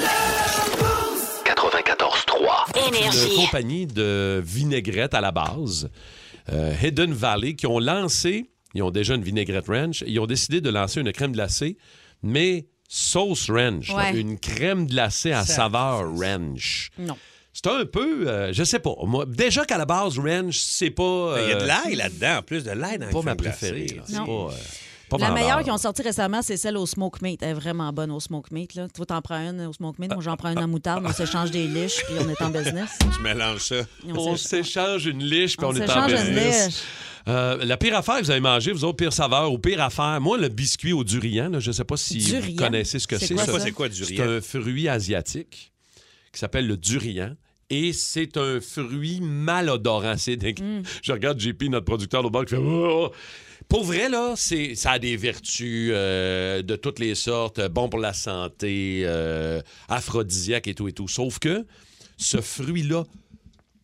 Speaker 6: 94.3. Énergie. Une compagnie de vinaigrettes à la base, Hidden Valley, qui ont lancé, ils ont déjà une vinaigrette ranch, ils ont décidé de lancer une crème glacée, mais sauce ranch, là, une crème glacée à saveur ranch.
Speaker 8: Non.
Speaker 6: C'est un peu, je sais pas. Moi, déjà qu'à la base, ranch, c'est pas...
Speaker 10: Il y a de l'ail là-dedans, en plus de l'ail dans la crème glacée.
Speaker 6: Pas ma préférée. C'est pas...
Speaker 8: La meilleure qu'ils ont sorti récemment, c'est celle au smoke meat. Elle est vraiment bonne au smoke meat. Là. Toi, t'en prends une au smoke meat. Moi, j'en prends une en moutarde. On s'échange des liches, puis on est en business.
Speaker 10: Tu mélanges ça.
Speaker 6: On s'échange une liche, puis on est en business. La pire affaire que vous avez mangé, vous autres, pire saveur ou pire affaire, moi, le biscuit au durian, là, je ne sais pas si vous connaissez ce que c'est.
Speaker 10: C'est quoi durian?
Speaker 6: C'est un fruit asiatique qui s'appelle le durian. Et c'est un fruit malodorant. Je regarde JP, notre producteur au bord, qui fait... Oh! Pour vrai, là, ça a des vertus de toutes les sortes, bon pour la santé, aphrodisiaque et tout. Sauf que ce fruit-là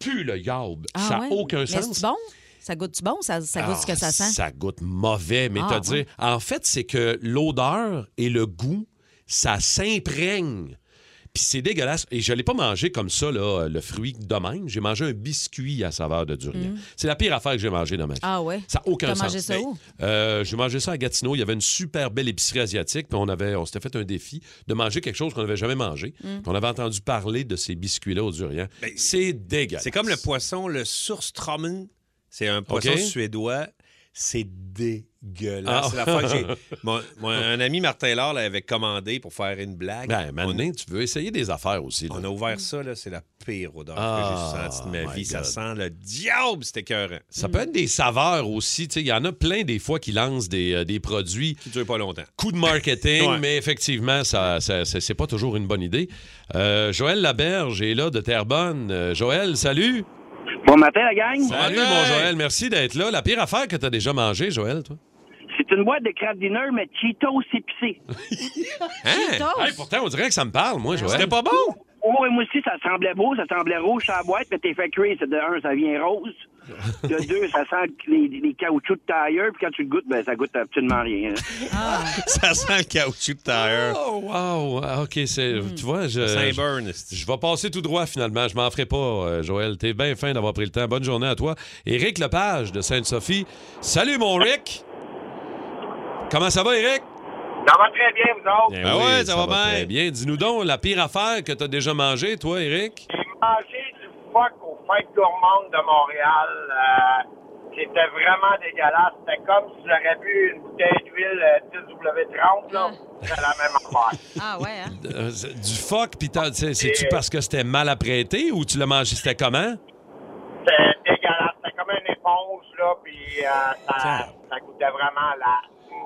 Speaker 6: pue le yaourt.
Speaker 8: Ah,
Speaker 6: Ça n'a
Speaker 8: ouais?
Speaker 6: aucun
Speaker 8: Mais
Speaker 6: sens.
Speaker 8: c'est bon? Ça goûte-tu bon? Ça goûte ce que ça sent?
Speaker 6: Ça goûte mauvais, mais
Speaker 8: Ah,
Speaker 6: dire. En fait, c'est que l'odeur et le goût, ça s'imprègne. Puis c'est dégueulasse. Et je ne l'ai pas mangé comme ça, là, le fruit de même. J'ai mangé un biscuit à saveur de durian. C'est la pire affaire que j'ai mangée dans ma vie.
Speaker 8: Ah ouais?
Speaker 6: Ça n'a aucun
Speaker 8: T'as
Speaker 6: sens.
Speaker 8: mangé ça où?
Speaker 6: J'ai mangé ça à Gatineau. Il y avait une super belle épicerie asiatique. Puis on s'était fait un défi de manger quelque chose qu'on n'avait jamais mangé. Puis on avait entendu parler de ces biscuits-là au durian. C'est dégueulasse.
Speaker 10: C'est comme le poisson, le surströmming. C'est un poisson suédois. C'est dégueulasse. C'est la fois que j'ai... un ami, Martin Laure, l'avait commandé pour faire une blague.
Speaker 6: Maintenant, tu veux essayer des affaires aussi. Là.
Speaker 10: On a ouvert ça, là, c'est la pire odeur que j'ai sentie de ma vie. Ça sent le diable, c'était écœurant.
Speaker 6: Ça peut être des saveurs aussi. Il y en a plein des fois qui lancent des produits...
Speaker 10: Qui ne durent pas longtemps.
Speaker 6: Coup de marketing, mais effectivement, c'est pas toujours une bonne idée. Joël Laberge est là de Terrebonne. Joël, salut!
Speaker 12: Bon matin, la gang.
Speaker 6: Salut, mon Joël. Merci d'être là. La pire affaire que tu as déjà mangée, Joël, toi?
Speaker 12: C'est une boîte de Kraft Dinner, mais Cheetos épicés.
Speaker 8: Cheetos?
Speaker 6: Hey, pourtant, on dirait que ça me parle, moi, Joël.
Speaker 10: C'était pas bon?
Speaker 12: Oh, moi aussi, ça semblait beau, ça semblait rouge sur la boîte, mais t'es fait cuire. De un, ça vient rose. De deux, ça sent les caoutchoucs de tailleur, puis quand tu le goûtes, ben, ça goûte absolument rien.
Speaker 10: Ça sent le caoutchouc de tailleur.
Speaker 6: Oh, wow. OK, tu vois,
Speaker 10: Ça sent burn.
Speaker 6: Je vais passer tout droit, finalement. Je m'en ferai pas, Joël. T'es bien fin d'avoir pris le temps. Bonne journée à toi. Éric Lepage de Sainte-Sophie. Salut, mon Rick. Comment ça va, Éric?
Speaker 13: Ça va très bien, vous autres?
Speaker 6: Oui, ça va bien. Très bien. Dis-nous donc, la pire affaire que tu as déjà mangée, toi, Éric?
Speaker 13: J'ai mangé du phoque aux fêtes gourmandes de Montréal. C'était vraiment dégueulasse. C'était comme si j'aurais bu une bouteille d'huile 10W30, là. C'était la même affaire.
Speaker 8: Ah ouais, hein?
Speaker 6: Du phoque, puis c'est-tu parce que c'était mal apprêté ou tu l'as mangé? C'était comment?
Speaker 13: C'était dégueulasse. C'était comme une éponge, là, puis ça goûtait vraiment la...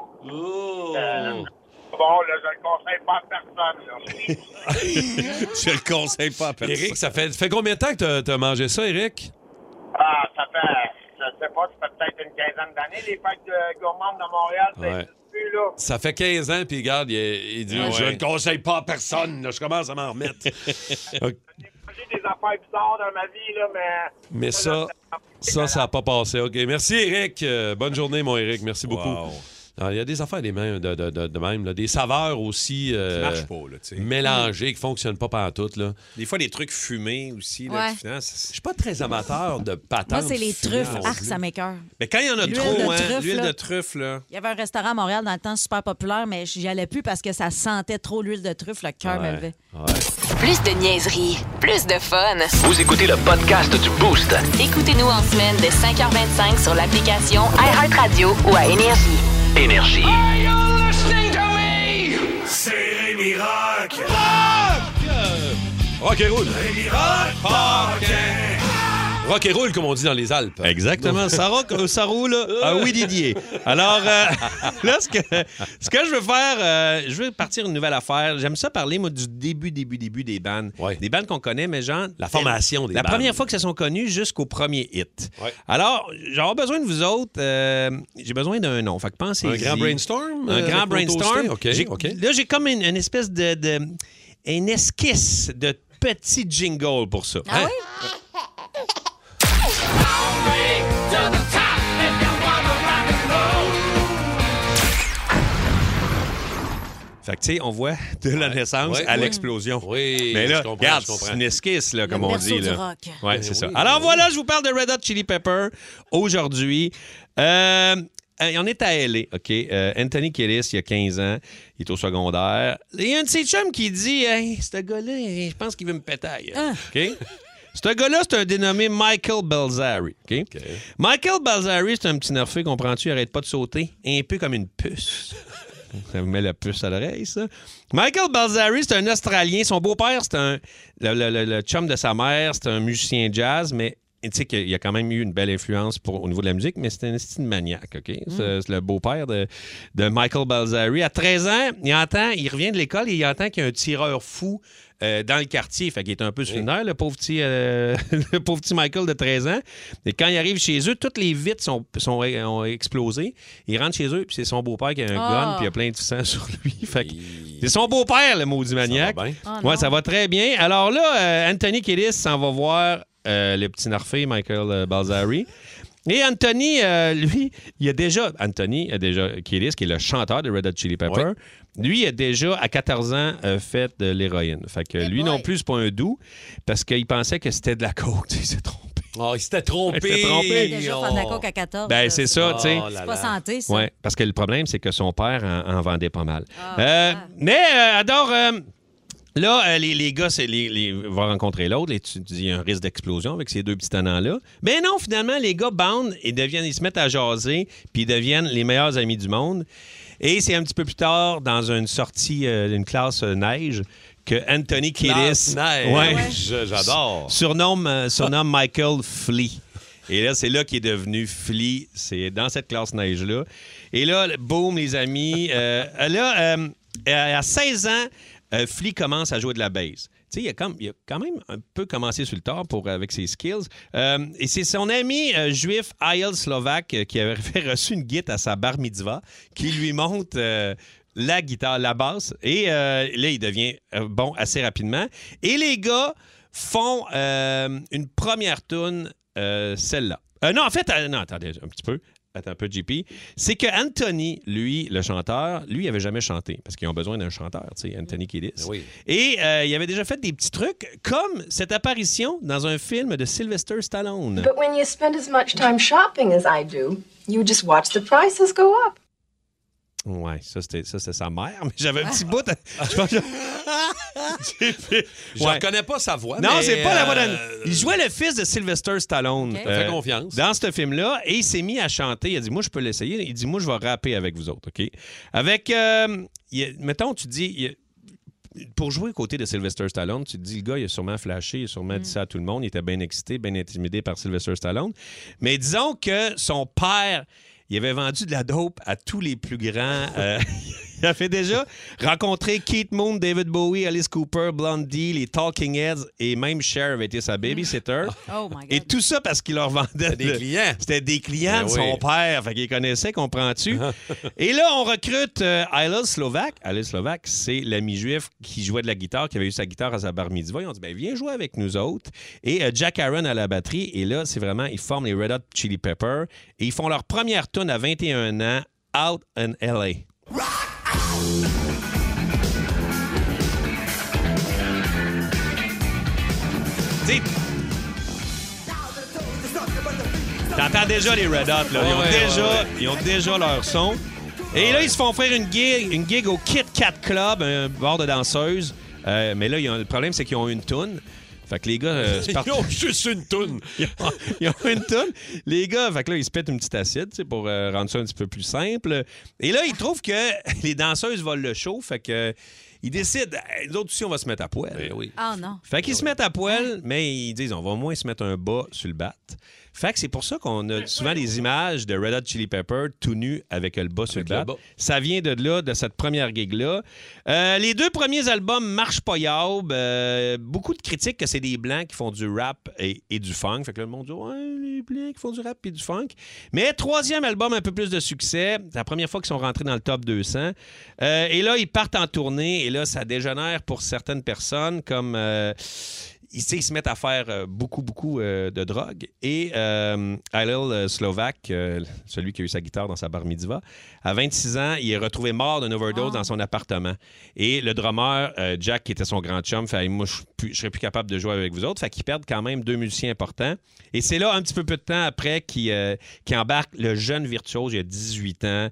Speaker 6: Oh.
Speaker 13: Bon, là, je le conseille pas à personne, là.
Speaker 10: Je le conseille pas à personne.
Speaker 6: Éric, ça fait combien de temps que tu as mangé ça, Éric?
Speaker 13: Ça fait, je sais pas, ça fait peut-être une quinzaine d'années, les fêtes gourmandes de Montréal, ça existe plus, là.
Speaker 6: Ça fait 15 ans, puis regarde, il dit je ne le conseille pas à personne. Là, je commence à m'en remettre.
Speaker 13: J'ai des affaires bizarres dans ma vie, là,
Speaker 6: mais ça n'a pas passé. OK. Merci, Éric. Bonne journée, mon Éric. Merci beaucoup. Il y a des affaires de même, là. Des saveurs aussi
Speaker 10: qui marchent pas, là, tu sais.
Speaker 6: mélangées, qui ne fonctionnent pas pantoute. Là.
Speaker 10: Des fois, des trucs fumés aussi.
Speaker 8: Ouais.
Speaker 10: Je
Speaker 6: ne suis pas très amateur de patates.
Speaker 8: Moi, c'est les truffes. Arc, ça m'écoeure.
Speaker 10: Mais quand il y en a
Speaker 8: L'huile
Speaker 10: trop,
Speaker 8: de truffe,
Speaker 10: l'huile
Speaker 8: là.
Speaker 10: de truffe, là.
Speaker 8: Il y avait un restaurant à Montréal dans le temps super populaire, mais j'y allais plus parce que ça sentait trop l'huile de truffe. Le cœur me levait.
Speaker 4: Plus de niaiserie, plus de fun.
Speaker 2: Vous écoutez le podcast du Boost.
Speaker 4: Écoutez-nous en semaine de 5h25 sur l'application iHeartRadio ou à Énergie.
Speaker 2: Énergie.
Speaker 1: C'est Rémi Rock.
Speaker 6: Rock et roule. Rémi Rock. Rock et roule, comme on dit dans les Alpes.
Speaker 10: Exactement. Ça roule. Ah oui, Didier. Alors, là, ce que je veux faire, je veux partir une nouvelle affaire. J'aime ça parler, moi, du début des bandes.
Speaker 6: Ouais.
Speaker 10: Des bandes qu'on connaît, mais genre...
Speaker 6: La formation des
Speaker 10: La
Speaker 6: bandes.
Speaker 10: première fois que se sont connus jusqu'au premier hit.
Speaker 6: Ouais.
Speaker 10: Alors, j'aurai besoin de vous autres. J'ai besoin d'un nom. Fait que pensez-y.
Speaker 6: Un grand brainstorm?
Speaker 10: Un grand brainstorm.
Speaker 6: OK.
Speaker 10: Là, j'ai comme une espèce de une esquisse de petit jingle pour ça.
Speaker 8: Ah oui?
Speaker 10: Fait que, tu sais, on voit de la naissance à l'explosion.
Speaker 6: Oui,
Speaker 10: mais là,
Speaker 6: je comprends,
Speaker 10: regarde,
Speaker 6: je comprends.
Speaker 10: c'est une esquisse, là, comme
Speaker 8: Le
Speaker 10: on
Speaker 8: berceau
Speaker 10: dit.
Speaker 8: du
Speaker 10: Là.
Speaker 8: rock.
Speaker 10: Ouais, c'est ça.
Speaker 6: oui,
Speaker 10: Alors
Speaker 6: oui.
Speaker 10: voilà, je vous parle de Red Hot Chili Pepper aujourd'hui. On est à L.A., OK? Anthony Kiedis, il y a 15 ans, il est au secondaire. Il y a un de ses chums qui dit « Hey, ce gars-là, je pense qu'il veut me péter la gueule. OK? Ce gars-là, c'est un dénommé Michael Balzari. OK? Michael Balzari, c'est un petit nerfé, comprends-tu? Il arrête pas de sauter, un peu comme une puce. Ça vous met la puce à l'oreille, ça. Michael Balzari, c'est un Australien. Son beau-père, c'est le chum de sa mère, c'est un musicien jazz, mais tu sais qu'il a quand même eu une belle influence au niveau de la musique, mais c'est un style maniaque, OK? C'est le beau-père de Michael Balzari. À 13 ans, il revient de l'école et il entend qu'il y a un tireur fou dans le quartier. Fait qu'il est un peu sur le nerf, le pauvre petit Michael de 13 ans. Et quand il arrive chez eux, toutes les vitres ont explosé. Il rentre chez eux, puis c'est son beau-père qui a un gun, puis il y a plein de sang sur lui. Fait que c'est son beau-père, le maudit maniaque.
Speaker 6: Ça va bien.
Speaker 8: Oh,
Speaker 10: ça va très bien. Alors là, Anthony Kiedis s'en va voir le petit Narfé, Michael Balzari. Et Anthony, lui, Anthony Kiedis, qui est le chanteur de Red Hot Chili Pepper, lui, il a déjà, à 14 ans, fait de l'héroïne. Fait que lui non plus, c'est pas un doux, parce qu'il pensait que c'était de la coke. Il s'est trompé.
Speaker 6: Oh, il s'était trompé.
Speaker 8: Il était déjà faire de la coke à 14.
Speaker 10: Ben, c'est ça, tu sais.
Speaker 8: C'est pas santé, ça.
Speaker 10: Oui, parce que le problème, c'est que son père en vendait pas mal. Là, les gars, vont rencontrer l'autre. Et tu dis, il y a un risque d'explosion avec ces deux petits tannants-là. Ben non, finalement, les gars bandent et ils se mettent à jaser, puis ils deviennent les meilleurs amis du monde. Et c'est un petit peu plus tard, dans une sortie d'une classe neige, que Anthony Kiedis,
Speaker 6: j'adore,
Speaker 10: surnomme Michael Flea. Et là, c'est là qu'il est devenu Flea. C'est dans cette classe neige-là. Et là, boum, les amis. À 16 ans, Flea commence à jouer de la bass. Tu sais, il a quand même un peu commencé sur le tard avec ses skills. Et c'est son ami juif Ayel Slovak qui avait reçu une guitare à sa bar mitzvah qui lui montre la guitare, la basse. Et là, il devient bon assez rapidement. Et les gars font une première tune, celle-là. Non, en fait, attendez un petit peu. Attends un peu, JP. C'est que Anthony, lui, le chanteur, lui, il avait jamais chanté parce qu'ils ont besoin d'un chanteur, tu sais, Anthony Kiedis.
Speaker 6: Oui.
Speaker 10: Et il avait déjà fait des petits trucs comme cette apparition dans un film de Sylvester Stallone.
Speaker 14: But when you spend as much time shopping as I do, you just watch the prices go up.
Speaker 10: Ouais, ça c'était sa mère, mais j'avais un petit bout.
Speaker 6: Je reconnais pas sa voix.
Speaker 10: Non,
Speaker 6: mais
Speaker 10: c'est pas la voix d'un. Il jouait le fils de Sylvester Stallone.
Speaker 6: Okay. Fais confiance.
Speaker 10: Dans ce film-là, et il s'est mis à chanter. Il a dit, moi, je peux l'essayer. Il dit, moi, je vais rapper avec vous autres, OK? Avec, mettons, tu dis, pour jouer aux côtés de Sylvester Stallone, tu te dis, le gars, il a sûrement flashé, il a sûrement dit ça à tout le monde. Il était bien excité, bien intimidé par Sylvester Stallone. Mais disons que son père, il avait vendu de la dope à tous les plus grands. Il avait déjà rencontré Keith Moon, David Bowie, Alice Cooper, Blondie, les Talking Heads et même Cher avait été sa babysitter.
Speaker 8: Oh my God.
Speaker 10: Et tout ça parce qu'il leur vendait
Speaker 6: des clients.
Speaker 10: C'était des clients de son père. Fait qu'il connaissait, comprends-tu? Et là, on recrute Ayel Slovak. Ayel Slovak, c'est l'ami juif qui jouait de la guitare, qui avait eu sa guitare à sa bar mitzvah. Ils ont dit, viens jouer avec nous autres. Et Jack Aaron à la batterie. Et là, c'est vraiment, ils forment les Red Hot Chili Pepper. Et ils font leur première tune à 21 ans, Out in L.A. T'sais, t'entends déjà les Red Hot, là. Ils ont déjà leur son. Et là, ils se font faire une gig au Kit Kat Club, un bar de danseuses. Mais là, le problème, c'est qu'ils ont une toune. Fait que les gars...
Speaker 6: ils ont juste une toune.
Speaker 10: Ils ont une toune. Les gars, fait que là, ils se pètent une petite acide pour rendre ça un petit peu plus simple. Et là, ils trouvent que les danseuses volent le show. Fait que ils décident, nous autres aussi, on va se mettre à poil.
Speaker 6: Oui.
Speaker 8: Ah non.
Speaker 10: Fait qu'ils se mettent à poil, mais ils disent, on va au moins se mettre un bas sur le bat. Fait que c'est pour ça qu'on a souvent des images de Red Hot Chili Pepper tout nus avec le bas sur le bat. Ça vient de là, de cette première gig-là. Les deux premiers albums marchent pas yaub. Beaucoup de critiques que c'est des Blancs qui font du rap et du funk. Fait que là, le monde dit, les Blancs qui font du rap et du funk. Mais troisième album, un peu plus de succès. C'est la première fois qu'ils sont rentrés dans le top 200. Et là, ils partent en tournée. Et là, ça dégénère pour certaines personnes comme... ils se mettent à faire beaucoup de drogue. Et Ayel Slovak, celui qui a eu sa guitare dans sa bar mitzvah, à 26 ans, il est retrouvé mort d'une overdose dans son appartement. Et le drummer, Jack, qui était son grand chum, fait « Moi, je serais plus capable de jouer avec vous autres. » Fait qu'ils perdent quand même deux musiciens importants. Et c'est là, un petit peu de temps après, qu'il embarque le jeune virtuose, il y a 18 ans,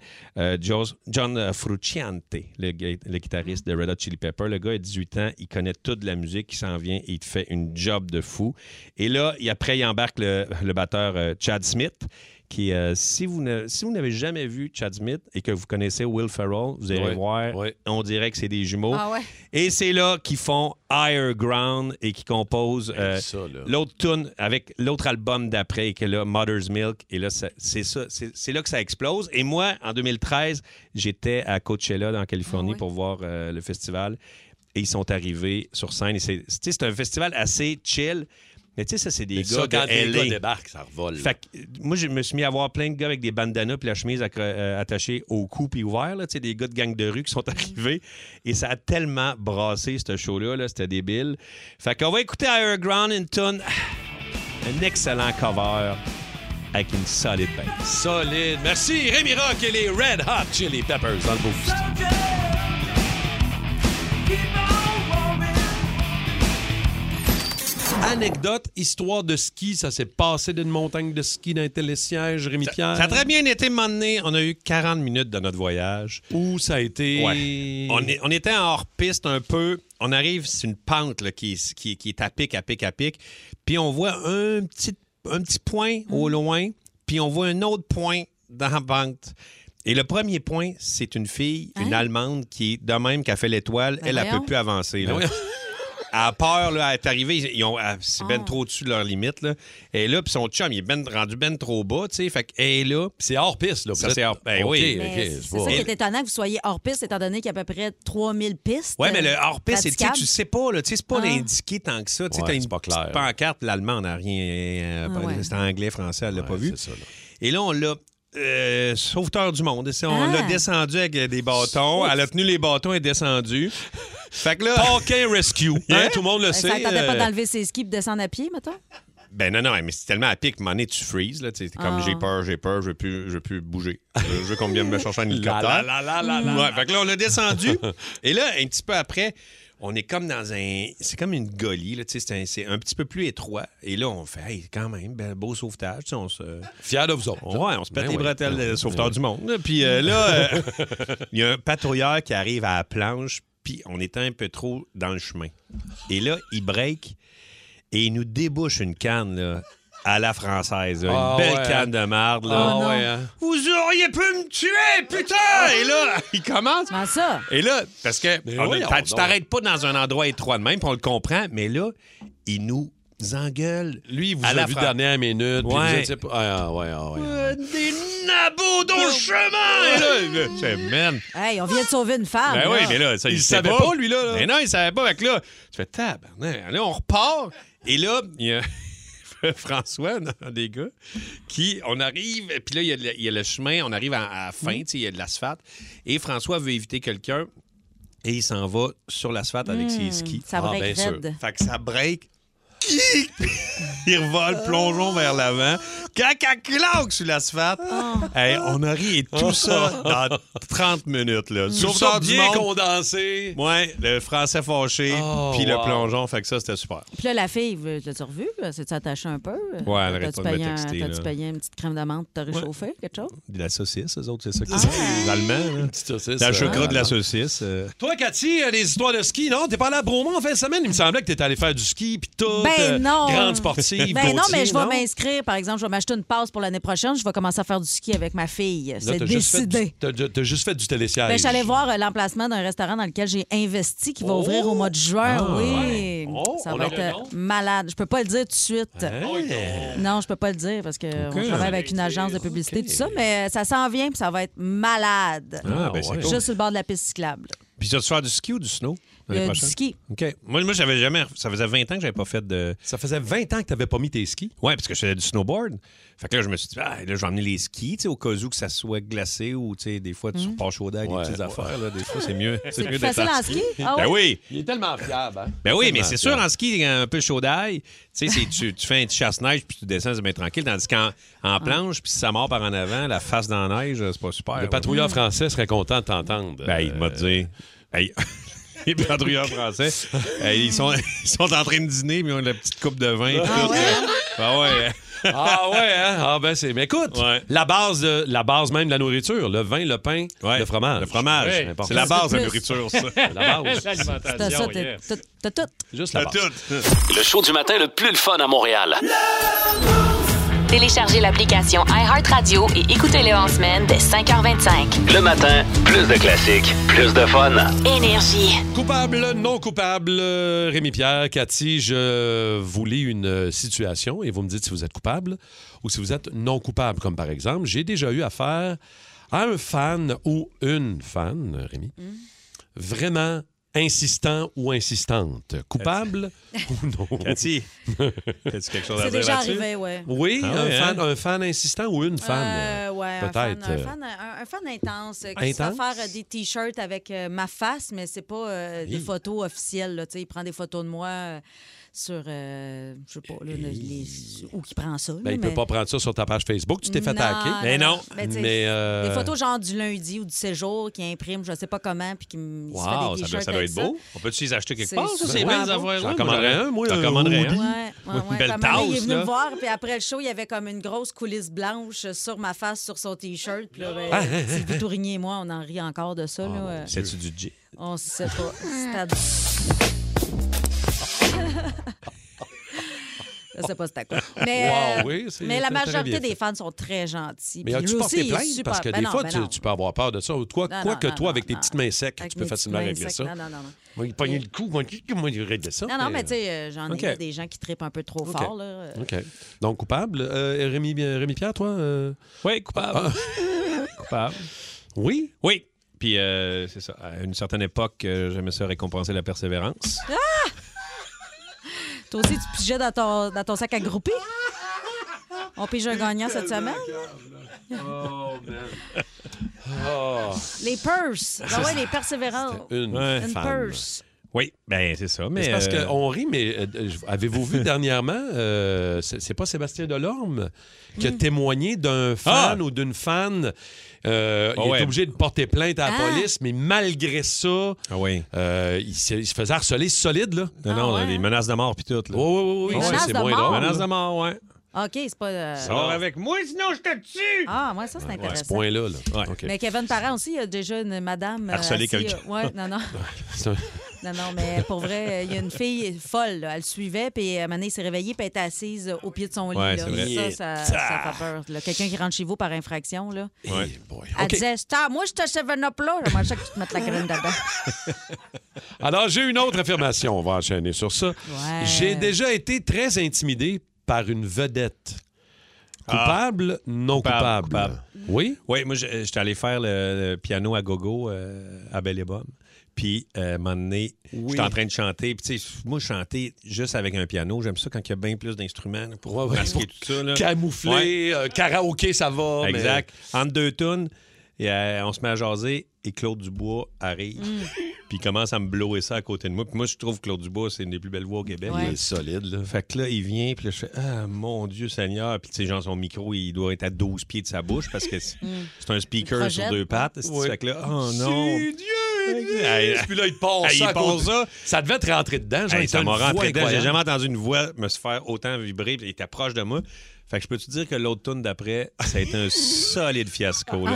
Speaker 10: John Frusciante, le guitariste de Red Hot Chili Pepper. Le gars a 18 ans, il connaît toute la musique, il s'en vient et il te fait une job de fou. Et là, après, il embarque le batteur Chad Smith, qui, si vous n'avez jamais vu Chad Smith et que vous connaissez Will Ferrell, vous allez voir, on dirait que c'est des jumeaux. Ah ouais. Et c'est là qu'ils font Higher Ground et qu'ils composent l'autre tune avec l'autre album d'après, qui est là, Mother's Milk. Et là, c'est là que ça explose. Et moi, en 2013, j'étais à Coachella, dans Californie, pour voir le festival. Et ils sont arrivés sur scène. C'est un festival assez chill. Mais tu sais, ça, c'est des gars
Speaker 6: quand
Speaker 10: de LA.
Speaker 6: les gars débarquent, ça revole.
Speaker 10: Fait que, moi, je me suis mis à voir plein de gars avec des bandanas puis la chemise attachée au cou puis ouvert. Tu sais, des gars de gang de rue qui sont arrivés. Et ça a tellement brassé, ce show-là. Là, c'était débile. Fait qu'on va écouter Higher Ground, une tune Un excellent cover avec une solide bass.
Speaker 6: Solide. Merci, Rémi Rock et les Red Hot Chili Peppers dans le Boost. Anecdote, histoire de ski, ça s'est passé d'une montagne de ski dans un télésiège, Rémi-Pierre?
Speaker 10: Ça a très bien été mené. On a eu 40 minutes de notre voyage.
Speaker 6: Où ça a été?
Speaker 10: Ouais. On était en hors-piste un peu. On arrive, c'est une pente là, qui est à pic. Puis on voit un petit point au loin, puis on voit un autre point dans la pente. Et le premier point, c'est une fille, une Allemande, qui est de même qu'elle fait l'étoile. Elle ne peut plus avancer. Là. Elle a peur, là, elle est arrivée, c'est ben trop au-dessus de leur limite. Là. Elle est là, puis son chum, il est rendu ben trop bas, tu sais. Fait qu'elle est là.
Speaker 6: C'est hors piste, là.
Speaker 10: Ça, c'est hors piste. Oui.
Speaker 8: C'est ça qui est étonnant que vous soyez hors piste, étant donné qu'il y a à peu près 3000 pistes.
Speaker 10: Oui, mais le hors piste, tu sais pas, là. Tu sais, c'est pas
Speaker 8: Ah.
Speaker 10: indiqué tant que ça. Tu sais, t'as une petite pancarte, l'allemand n'a rien. C'est anglais, français, elle l'a pas vu.
Speaker 6: C'est ça, là.
Speaker 10: Et là, on l'a. Sauveteur du monde. On l'a descendu avec des bâtons. Elle a tenu les bâtons et est descendue. Fait que là.
Speaker 6: Parkin Rescue. Hein, tout le monde le sait.
Speaker 8: Ça t'attendait pas d'enlever ses skis et de descendre à pied, mettons?
Speaker 10: Ben non, mais c'est tellement à pic, à un moment donné, tu freezes. Là, t'sais, comme j'ai peur, je veux plus bouger. Je veux qu'on vienne me chercher un hélicoptère. Ouais, fait que là, on l'a descendu. Et là, un petit peu après, on est comme dans c'est comme une golie, là, c'est un petit peu plus étroit. Et là, on fait, hey, quand même, beau sauvetage. On se...
Speaker 6: Fiers de vous autres.
Speaker 10: Ouais, on se pète les bretelles de sauveteur du monde. Puis là, il y a un patrouilleur qui arrive à la planche, puis on était un peu trop dans le chemin. Et là, il break et il nous débouche une canne, là, à la française. Là, une belle canne de marde. Là.
Speaker 6: Ouais.
Speaker 10: Vous auriez pu me tuer, putain! Et là, il commence.
Speaker 8: Comment ça?
Speaker 10: Et là, parce que tu t'arrêtes pas dans un endroit étroit de même, puis on le comprend, mais là, il nous engueule.
Speaker 6: Lui, il vous a vu dernière minute. Puis
Speaker 10: Ouais.
Speaker 6: vous étiez pas... ouais.
Speaker 10: Des nabots dans le chemin! Et là, c'est man.
Speaker 8: Hey, on vient de sauver une femme.
Speaker 10: Ben
Speaker 8: là.
Speaker 10: oui, mais là, ça,
Speaker 6: Il
Speaker 10: sait
Speaker 6: savait pas, lui, là.
Speaker 10: Mais non, il savait pas. Fait que là, tu fais tabarnak. Là, on repart. Et là, il y a François, un des gars, on arrive, puis là, il y a le chemin, on arrive à la fin, tu sais, il y a de l'asphalte. Et François veut éviter quelqu'un et il s'en va sur l'asphalte avec ses skis.
Speaker 8: Ça break
Speaker 6: bien sûr.
Speaker 8: raide.
Speaker 10: Fait que ça break. Il revole plongeon vers l'avant. Caca claque sur l'asphalte. Hey, on a ri et tout ça dans 30 minutes. Là.
Speaker 6: Sauveteur
Speaker 10: du
Speaker 6: bien
Speaker 10: monde.
Speaker 6: condensé.
Speaker 10: Ouais, le français fâché, puis le plongeon. Fait que ça, c'était super.
Speaker 8: Puis là, la fille, l'as-tu revue? C'est-tu attaché un peu?
Speaker 10: Ouais, elle arrête
Speaker 8: T'as-tu
Speaker 10: pas de me
Speaker 8: payé
Speaker 10: texter,
Speaker 8: T'as-tu
Speaker 10: là.
Speaker 8: payé une petite crème d'amande pour te réchauffer, quelque chose?
Speaker 10: De la saucisse, eux autres, c'est ça qu'ils disent. Les Allemands, là.
Speaker 6: Petite saucisse.
Speaker 10: Dans le chocra de la saucisse.
Speaker 6: Toi, Cathy, les histoires de ski, non? T'es pas allé à Bromont en fin de semaine? Il me semblait que t'étais allé faire du ski, puis tout.
Speaker 8: Ben non.
Speaker 6: Grande sportive.
Speaker 8: Ben non,
Speaker 6: Gauthier,
Speaker 8: mais je vais m'inscrire. Par exemple, je vais m'acheter une passe pour l'année prochaine. Je vais commencer à faire du ski avec ma fille.
Speaker 6: Là,
Speaker 8: C'est
Speaker 6: t'as juste fait
Speaker 8: décidé.
Speaker 6: T'as juste fait du télésiège.
Speaker 8: Ben, je suis allée voir l'emplacement d'un restaurant dans lequel j'ai investi qui va ouvrir au mois de juin. Oui. Ça va être malade. Je peux pas le dire tout de suite. Non, je peux pas le dire parce qu'on travaille avec une agence de publicité, tout ça, mais ça s'en vient puis ça va être malade.
Speaker 10: Ah, ben c'est cool.
Speaker 8: Juste sur le bord de la piste cyclable.
Speaker 10: Puis tu vas faire du ski ou du snow? l'année
Speaker 8: Du
Speaker 10: prochaine?
Speaker 8: ski.
Speaker 10: OK. Moi, j'avais jamais. Ça faisait 20 ans que j'avais pas fait de.
Speaker 6: Ça faisait 20 ans que tu n'avais pas mis tes skis?
Speaker 10: Oui, parce que je faisais du snowboard. Fait que là, je me suis dit, là, je vais emmener les skis, tu sais, au cas où que ça soit glacé ou, tu sais, des fois, tu repars chaud avec des petites affaires. Là, des fois, c'est mieux.
Speaker 8: C'est
Speaker 10: mieux
Speaker 8: plus
Speaker 10: d'être
Speaker 8: facile en ski? Ah
Speaker 10: Ben
Speaker 8: oui?
Speaker 10: oui.
Speaker 6: Il est tellement fiable, hein?
Speaker 10: Ben oui, mais
Speaker 6: Tellement
Speaker 10: c'est sûr,
Speaker 6: fiable.
Speaker 10: en ski, un peu chaud d'ail, tu sais, tu fais un petit chasse-neige puis tu descends, c'est bien tranquille. Tandis qu'en planche, puis si ça mord par en avant, la face dans la neige, c'est pas super.
Speaker 6: Le patrouilleur français serait content de t'entendre.
Speaker 10: Ben, il m'a dit. Hey, les patrouilleurs français, ils sont en train de dîner, mais ils ont la petite coupe de vin.
Speaker 8: Ah ouais?
Speaker 10: Ah ouais.
Speaker 6: Ah ouais, hein? Ah ben c'est. Mais écoute, la base même de la nourriture, le vin, le pain, le fromage.
Speaker 10: Le fromage.
Speaker 6: Ouais, important.
Speaker 10: C'est la base de la
Speaker 8: plus.
Speaker 10: nourriture, ça.
Speaker 6: La base.
Speaker 8: T'as ça, t'as tout.
Speaker 6: Juste la base.
Speaker 15: Le show du matin le plus le fun à Montréal.
Speaker 4: Téléchargez l'application iHeartRadio et écoutez-le en semaine dès 5h25.
Speaker 15: Le matin, plus de classiques, plus de fun.
Speaker 4: Énergie.
Speaker 6: Coupable, non coupable, Rémi Pierre, Cathy, je vous lis une situation et vous me dites si vous êtes coupable ou si vous êtes non coupable. Comme par exemple, j'ai déjà eu affaire à un fan ou une fan, Rémi, vraiment insistant ou insistante. Coupable ou non?
Speaker 10: Cathy, as-tu quelque chose à
Speaker 8: C'est
Speaker 10: dire
Speaker 8: déjà
Speaker 10: là-dessus?
Speaker 8: arrivé, oui.
Speaker 6: Oui,
Speaker 10: Ah ouais,
Speaker 6: un fan insistant ou une fan?
Speaker 8: Ouais,
Speaker 6: peut-être.
Speaker 8: Un fan intense qui se fait faire des T-shirts avec ma face, mais c'est pas des photos officielles. Là, il prend des photos de moi sur je sais pas, là, où qui prend ça.
Speaker 6: Ben, il peut pas prendre ça sur ta page Facebook. Tu t'es fait hacker.
Speaker 10: Mais non.
Speaker 8: Mais des photos genre du lundi ou du séjour qui impriment, je sais pas comment, puis qui me se fait des t-shirts
Speaker 10: ça doit
Speaker 8: avec
Speaker 10: être beau. On peut-tu les acheter quelque part, ça?
Speaker 8: C'est
Speaker 10: C'est belles
Speaker 8: super beau.
Speaker 10: affaires.
Speaker 6: J'en commanderais un, moi.
Speaker 10: J'en commanderais un.
Speaker 8: Ouais.
Speaker 10: Une belle
Speaker 8: Comme il est
Speaker 10: tasse,
Speaker 8: venu
Speaker 10: là.
Speaker 8: me voir, puis après le show, il y avait comme une grosse coulisse blanche sur ma face, sur son T-shirt. Puis là, Sylvie Tourigny et moi, on en rit encore de ça. Là.
Speaker 10: C'est-tu du J?
Speaker 8: On sait pas. Je sais pas c'était quoi. Mais, mais la majorité des fans sont très gentils.
Speaker 6: Mais as-tu porté plainte? Parce que des fois, tu peux avoir peur de ça. Toi, avec tes petites mains secs, tu peux facilement régler ça.
Speaker 8: Non.
Speaker 6: Moi, il pognait le coup. Moi, il réglait ça.
Speaker 8: Non, mais tu sais, j'en ai des gens qui trippent un peu trop fort. Là.
Speaker 6: OK. Donc, coupable. Rémi-Pierre, toi?
Speaker 10: Oui, coupable. Coupable.
Speaker 6: Oui?
Speaker 10: Oui. Puis, c'est ça. À une certaine époque, j'aimais ça récompenser la persévérance.
Speaker 8: Ah! Toi aussi, tu pigeais dans ton sac à grouper? On pige un gagnant cette semaine?
Speaker 6: Oh, man.
Speaker 8: Les purses. Les persévérances.
Speaker 6: Une
Speaker 8: purse.
Speaker 10: Oui, bien, c'est ça. Mais
Speaker 6: c'est parce qu'on rit, mais avez-vous vu dernièrement, c'est pas Sébastien Delorme qui a témoigné d'un fan ou d'une fan. Il est obligé de porter plainte à la police, mais malgré ça, il se faisait harceler solide. Là.
Speaker 10: Non, des menaces de mort puis tout. Là.
Speaker 6: Oui,
Speaker 8: menaces
Speaker 6: c'est
Speaker 8: de
Speaker 6: moins
Speaker 8: mort?
Speaker 6: drôle.
Speaker 10: Menaces de mort, oui.
Speaker 8: OK, c'est pas...
Speaker 10: Sors avec moi, sinon je te tue!
Speaker 8: Ah, moi, ça, c'est intéressant.
Speaker 6: À ce point-là. Là.
Speaker 10: Okay.
Speaker 8: Mais Kevin Parent aussi, il y a déjà une madame...
Speaker 10: Harceler quelqu'un.
Speaker 8: Oui, non. Non, mais pour vrai, il y a une fille folle. Là. Elle le suivait, puis à un moment donné, il s'est réveillé, puis elle était assise au pied de son lit.
Speaker 10: Ouais,
Speaker 8: là.
Speaker 10: c'est vrai.
Speaker 8: Ça fait peur. Là. Quelqu'un qui rentre chez vous par infraction, là.
Speaker 10: Ouais.
Speaker 8: Elle disait, moi, je te 7-up là. J'aimerais ça que tu te mettes la graine dedans.
Speaker 6: Alors, j'ai une autre affirmation. On va enchaîner sur ça.
Speaker 8: Ouais.
Speaker 6: J'ai déjà été très intimidé par une vedette. Coupable, non coupable. Oui?
Speaker 10: Oui, moi, j'étais allé faire le piano à gogo à Belle-et-Bomme. Puis, à un moment donné, j'étais en train de chanter. Puis, tu sais, moi, chanter juste avec un piano, j'aime ça quand il y a bien plus d'instruments là, pour masquer tout ça. Là.
Speaker 6: Camoufler, karaoké, ça va.
Speaker 10: Exact. Mais... Entre deux tunes, et, on se met à jaser et Claude Dubois arrive. Puis il commence à me blower ça à côté de moi. Puis moi, je trouve que Claude Dubois, c'est une des plus belles voix au Québec.
Speaker 6: Il est solide, là.
Speaker 10: Fait que là, il vient, puis là, je fais « Ah, mon Dieu Seigneur! » Puis tu sais, genre, son micro, il doit être à 12 pieds de sa bouche parce que c'est un speaker sur deux pattes. Fait que là, oh non!
Speaker 6: C'est Dieu! Puis là, il passe ça. Ça devait te rentrer dedans. Genre,
Speaker 10: ça m'a rentré dedans. J'ai jamais entendu une voix me se faire autant vibrer. Il était proche de moi. Fait que je peux te dire que l'autre tune d'après, ça a été un solide fiasco. Là.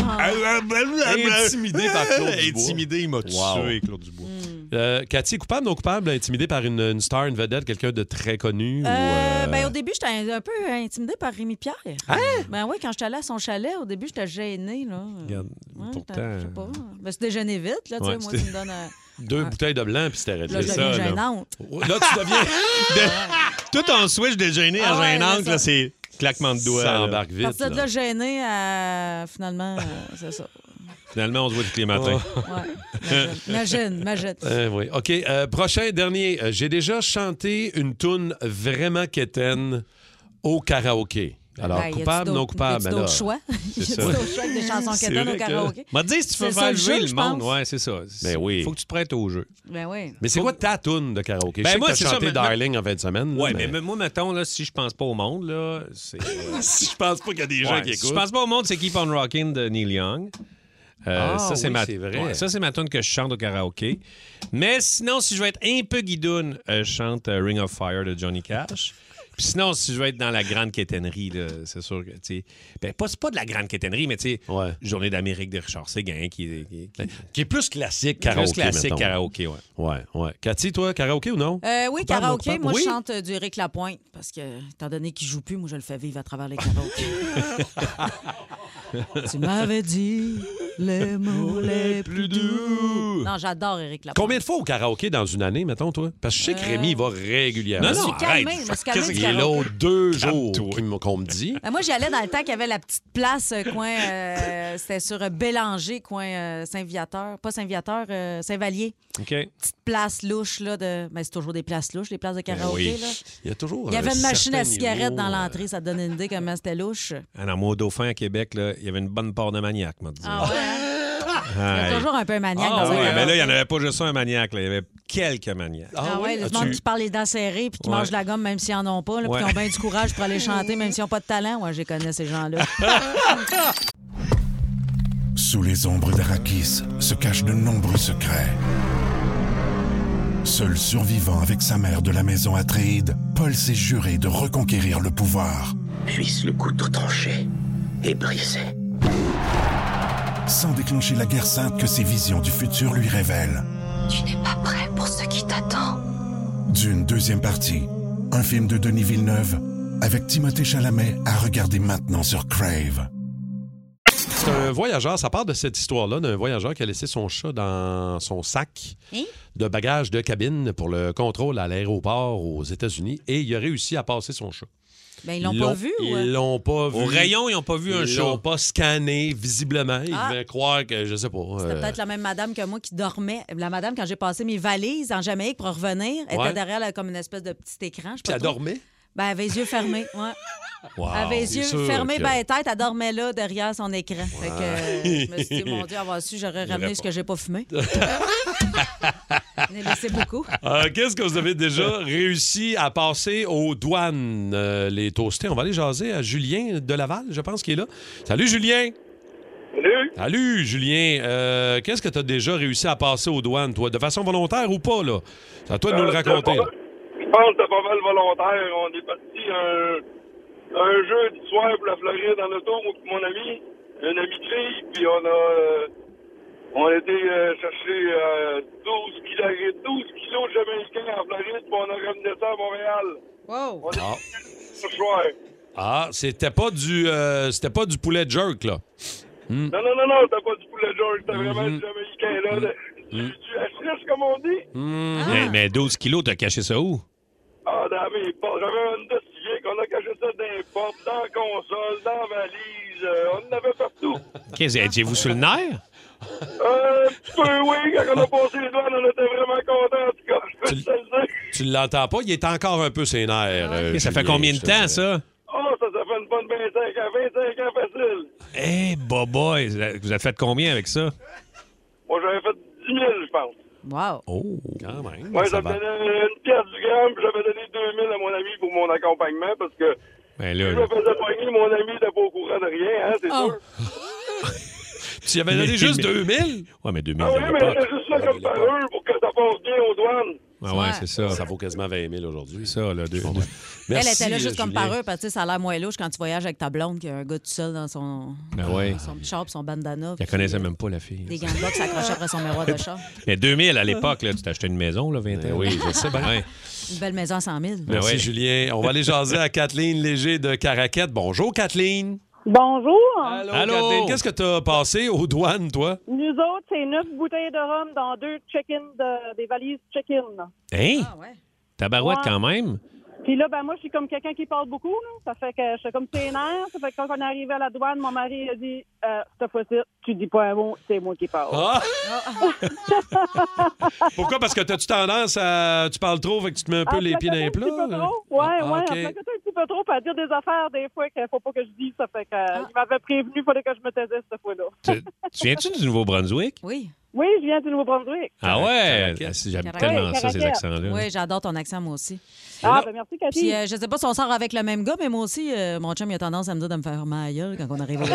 Speaker 6: Intimidé par Claude Dubois.
Speaker 10: Intimidé, il m'a tué, Claude Dubois.
Speaker 6: Cathy, coupable ou non coupable, intimidé par une star, une vedette, quelqu'un de très connu?
Speaker 8: Ben, au début, j'étais un peu intimidée par Rémi Pierre.
Speaker 6: Hein?
Speaker 8: Ben oui, quand j'étais allée à son chalet, au début, j'étais gênée. Là.
Speaker 10: Regarde, pourtant...
Speaker 8: Je sais pas. Ben, c'est déjeuner vite. Là, moi, tu me donnes...
Speaker 6: 2 bouteilles de blanc, puis c'était réglé.
Speaker 8: Là, je deviens gênante.
Speaker 6: Là, tu deviens...
Speaker 10: Tout ton switch de gêné à gênante, là, c'est... Claquement de doigts.
Speaker 6: Ça embarque vite.
Speaker 8: Partir de là, gêné à... Finalement, c'est ça.
Speaker 10: Finalement, on se voit tous les matins.
Speaker 8: Imagine.
Speaker 6: Oui. OK. Prochain, dernier. J'ai déjà chanté une toune vraiment quétaine au karaoké. Alors, coupable, non coupable.
Speaker 8: Il y a d'autres choix. Il y a d'autres choix avec des chansons quétaines au karaoké.
Speaker 10: M'a dit si tu veux faire jouer le monde.
Speaker 8: Oui,
Speaker 10: c'est ça.
Speaker 6: Ben oui.
Speaker 10: Faut que tu te prêtes au jeu.
Speaker 8: Ben oui.
Speaker 6: Mais c'est quoi ta toune de karaoké?
Speaker 10: Ben
Speaker 6: je sais
Speaker 10: moi,
Speaker 6: que t'as chanté Darling en fin de semaine.
Speaker 10: Oui, mais moi, mettons, là, si je pense pas au monde, là, c'est...
Speaker 6: si je pense pas qu'il y a des gens qui écoutent.
Speaker 10: Si je pense pas au monde, c'est Keep on Rockin' de Neil Young. Ça, c'est vrai. Ouais, ça, c'est ma tune que je chante au karaoké. Mais sinon, si je veux être un peu guidoune, je chante Ring of Fire de Johnny Cash. Puis sinon, si je veux être dans la grande quétainerie, là, c'est sûr que, tu sais... Ben, c'est pas de la grande quétainerie, mais tu sais, Journée d'Amérique de Richard Séguin, qui
Speaker 6: est plus classique karaoké,
Speaker 10: plus classique karaoké,
Speaker 6: ouais. Cathy, toi, karaoké ou non?
Speaker 8: Oui, karaoké. Moi, je chante du Éric Lapointe, parce que, étant donné qu'il joue plus, moi, je le fais vivre à travers les karaokés. Tu m'avais dit les mots les plus doux. Non, j'adore Éric Lapointe.
Speaker 6: Combien de fois au karaoké dans une année, mettons, toi? Parce que je sais que Rémi, il va régulièrement.
Speaker 8: Non, arrête.
Speaker 6: Il est là 2 jours qu'on me dit.
Speaker 8: Moi, j'y allais dans le temps qu'il y avait la petite place, coin... c'était sur Bélanger, coin Saint-Viateur. Pas Saint-Viateur, Saint-Vallier.
Speaker 10: OK.
Speaker 8: Petite place louche, là. Mais c'est toujours des places louches, les places de karaoké, là.
Speaker 6: Il y a toujours
Speaker 8: Il y avait une machine à
Speaker 6: certain
Speaker 8: cigarettes
Speaker 6: niveau,
Speaker 8: dans l'entrée. Ça te donne une idée comment c'était louche.
Speaker 10: Alors, moi, au Dauphin, à Québec, là, il y avait une bonne part de maniaque, m'a dit.
Speaker 8: Ah ouais? Il y a toujours un peu un maniaque dans un
Speaker 10: oui,
Speaker 8: garage.
Speaker 10: mais là, il n'y en avait pas juste un maniaque. Là. Il y avait quelques maniaques.
Speaker 8: Ah oui, le monde qui parle les dents serrées puis qui mange de la gomme même s'ils n'en ont pas, là, puis qui ont bien du courage pour aller chanter même s'ils n'ont pas de talent. Ouais, je les connais, ces gens-là.
Speaker 1: Sous les ombres d'Arrakis se cachent de nombreux secrets. Seul survivant avec sa mère de la maison Atréide, Paul s'est juré de reconquérir le pouvoir.
Speaker 16: Puisse le couteau tranché et brisé.
Speaker 1: Sans déclencher la guerre sainte que ses visions du futur lui révèlent.
Speaker 3: Tu n'es pas prêt pour ce qui t'attend.
Speaker 1: Dune, deuxième partie. Un film de Denis Villeneuve avec Timothée Chalamet à regarder maintenant sur Crave.
Speaker 6: C'est un voyageur, ça part de cette histoire-là, d'un voyageur qui a laissé son chat dans son sac de bagages de cabine pour le contrôle à l'aéroport aux États-Unis et il a réussi à passer son chat.
Speaker 8: Ben, ils l'ont pas vu?
Speaker 6: Ils l'ont pas vu.
Speaker 10: Au rayon, ils n'ont pas vu un chat.
Speaker 6: Ils l'ont pas scanné, visiblement. Ils devaient croire que, je sais pas...
Speaker 8: C'était peut-être la même madame que moi qui dormait. La madame, quand j'ai passé mes valises en Jamaïque pour revenir, était derrière là, comme une espèce de petit écran.
Speaker 6: Puis elle dormait?
Speaker 8: Ben, elle avait les yeux fermés, ouais.
Speaker 6: Wow,
Speaker 8: elle avait les yeux fermés,
Speaker 6: que...
Speaker 8: ben tête, elle dormait là, derrière son écran. Fait que je me suis dit, mon Dieu, avoir su, j'aurais ramené ce que j'ai pas fumé. J'en ai laissé beaucoup.
Speaker 6: Qu'est-ce que vous avez déjà réussi à passer aux douanes, les toastés? On va aller jaser à Julien de Laval, je pense qu'il est là. Salut, Julien!
Speaker 17: Salut!
Speaker 6: Salut, Julien. Qu'est-ce que tu as déjà réussi à passer aux douanes, toi? De façon volontaire ou pas, là? C'est à toi de nous le raconter.
Speaker 17: Je pense que c'était pas mal volontaire. On est parti un jeudi soir pour la Floride en auto, avec mon ami, un ami de fille, puis on a été chercher 12 kilos de Jamaïcains en Floride, puis on a ramené ça à Montréal.
Speaker 8: Wow!
Speaker 17: On est ce soir.
Speaker 6: C'était pas du poulet jerk, là.
Speaker 17: Non, c'était pas du poulet jerk, c'était vraiment du Jamaïcain, là. Du hachiche, comme on dit.
Speaker 10: Mais 12 kilos, t'as caché ça où?
Speaker 17: Dans mes portes. J'avais un Honda Civic, on a caché ça dans les portes, dans la console, dans la valise, on en avait partout.
Speaker 10: Étiez-vous sur le nerf?
Speaker 17: Un petit peu, oui. Quand on a passé les douanes, on était vraiment contents, en tout cas. Je peux te le dire.
Speaker 6: Tu l'entends pas? Il est encore un peu sénère.
Speaker 10: Ça fait combien de temps, ça?
Speaker 17: Ça fait une bonne 25 ans facile.
Speaker 10: Eh, boy, vous avez fait combien avec ça?
Speaker 17: Moi, j'avais fait 10 000, je pense.
Speaker 8: Wow!
Speaker 6: Oh, quand même.
Speaker 17: Moi, ça me donnait une pièce du gramme, puis j'avais donné 2 000 à mon ami pour mon accompagnement, parce que
Speaker 10: ben
Speaker 17: si je me faisais poigner, mon ami n'était pas au courant de rien, hein, c'est sûr.
Speaker 6: Tu y avais donné juste 2 000?
Speaker 10: Ouais, mais 2 000.
Speaker 17: Ah oui, mais c'est juste ça comme par eux pour que ça passe bien aux douanes.
Speaker 10: Ouais, c'est ça.
Speaker 6: Ça vaut quasiment 20 000 aujourd'hui.
Speaker 10: Ça, là,
Speaker 8: Elle était là juste comme par eux, parce que ça a l'air moins louche quand tu voyages avec ta blonde, qu'il y a un gars tout seul dans son char son bandana.
Speaker 10: Elle connaissait même pas la fille.
Speaker 8: Des gants de boxe accrochés après son miroir de char.
Speaker 10: Mais 2000 à l'époque, là, tu t'achetais une maison, là, 21 ans.
Speaker 6: Oui, je sais bien.
Speaker 10: Ouais.
Speaker 8: Une belle maison à 100 000.
Speaker 6: Merci, Julien. On va aller jaser à Kathleen Léger de Caraquette. Bonjour, Kathleen.
Speaker 18: Bonjour.
Speaker 6: Allô, Kathleen. Qu'est-ce que tu as passé aux douanes, toi?
Speaker 18: Nous autres, c'est 9 bouteilles de rhum dans 2 check-in des valises check-in.
Speaker 10: Hein?
Speaker 8: Ah, ouais.
Speaker 10: Tabarouette quand même.
Speaker 18: Puis là, moi, je suis comme quelqu'un qui parle beaucoup. Là. Ça fait que je suis comme sénère. Ça fait que quand on est arrivé à la douane, mon mari a dit cette fois-ci, tu dis pas un mot, c'est moi qui parle.
Speaker 6: Ah! Pourquoi? Parce que t'as-tu tendance à... Tu parles trop, fait que tu te mets un peu les pieds dans les plats?
Speaker 18: Un petit peu trop. Ouais.
Speaker 6: Okay.
Speaker 18: Un petit peu trop, à dire des affaires des fois qu'il faut pas que je dise. Ça fait que il m'avait prévenu, il fallait que je me taisais cette fois-là.
Speaker 10: Tu viens-tu du Nouveau-Brunswick?
Speaker 8: Oui.
Speaker 18: Oui, je viens du Nouveau-Brunswick.
Speaker 10: Ah ouais? J'aime tellement ça, ces accents-là.
Speaker 8: Oui, j'adore ton accent, moi aussi.
Speaker 18: Merci, Cathy.
Speaker 8: Puis, je sais pas si on sort avec le même gars, mais moi aussi, mon chum, il a tendance à me dire de me faire ma gueule quand on arrive au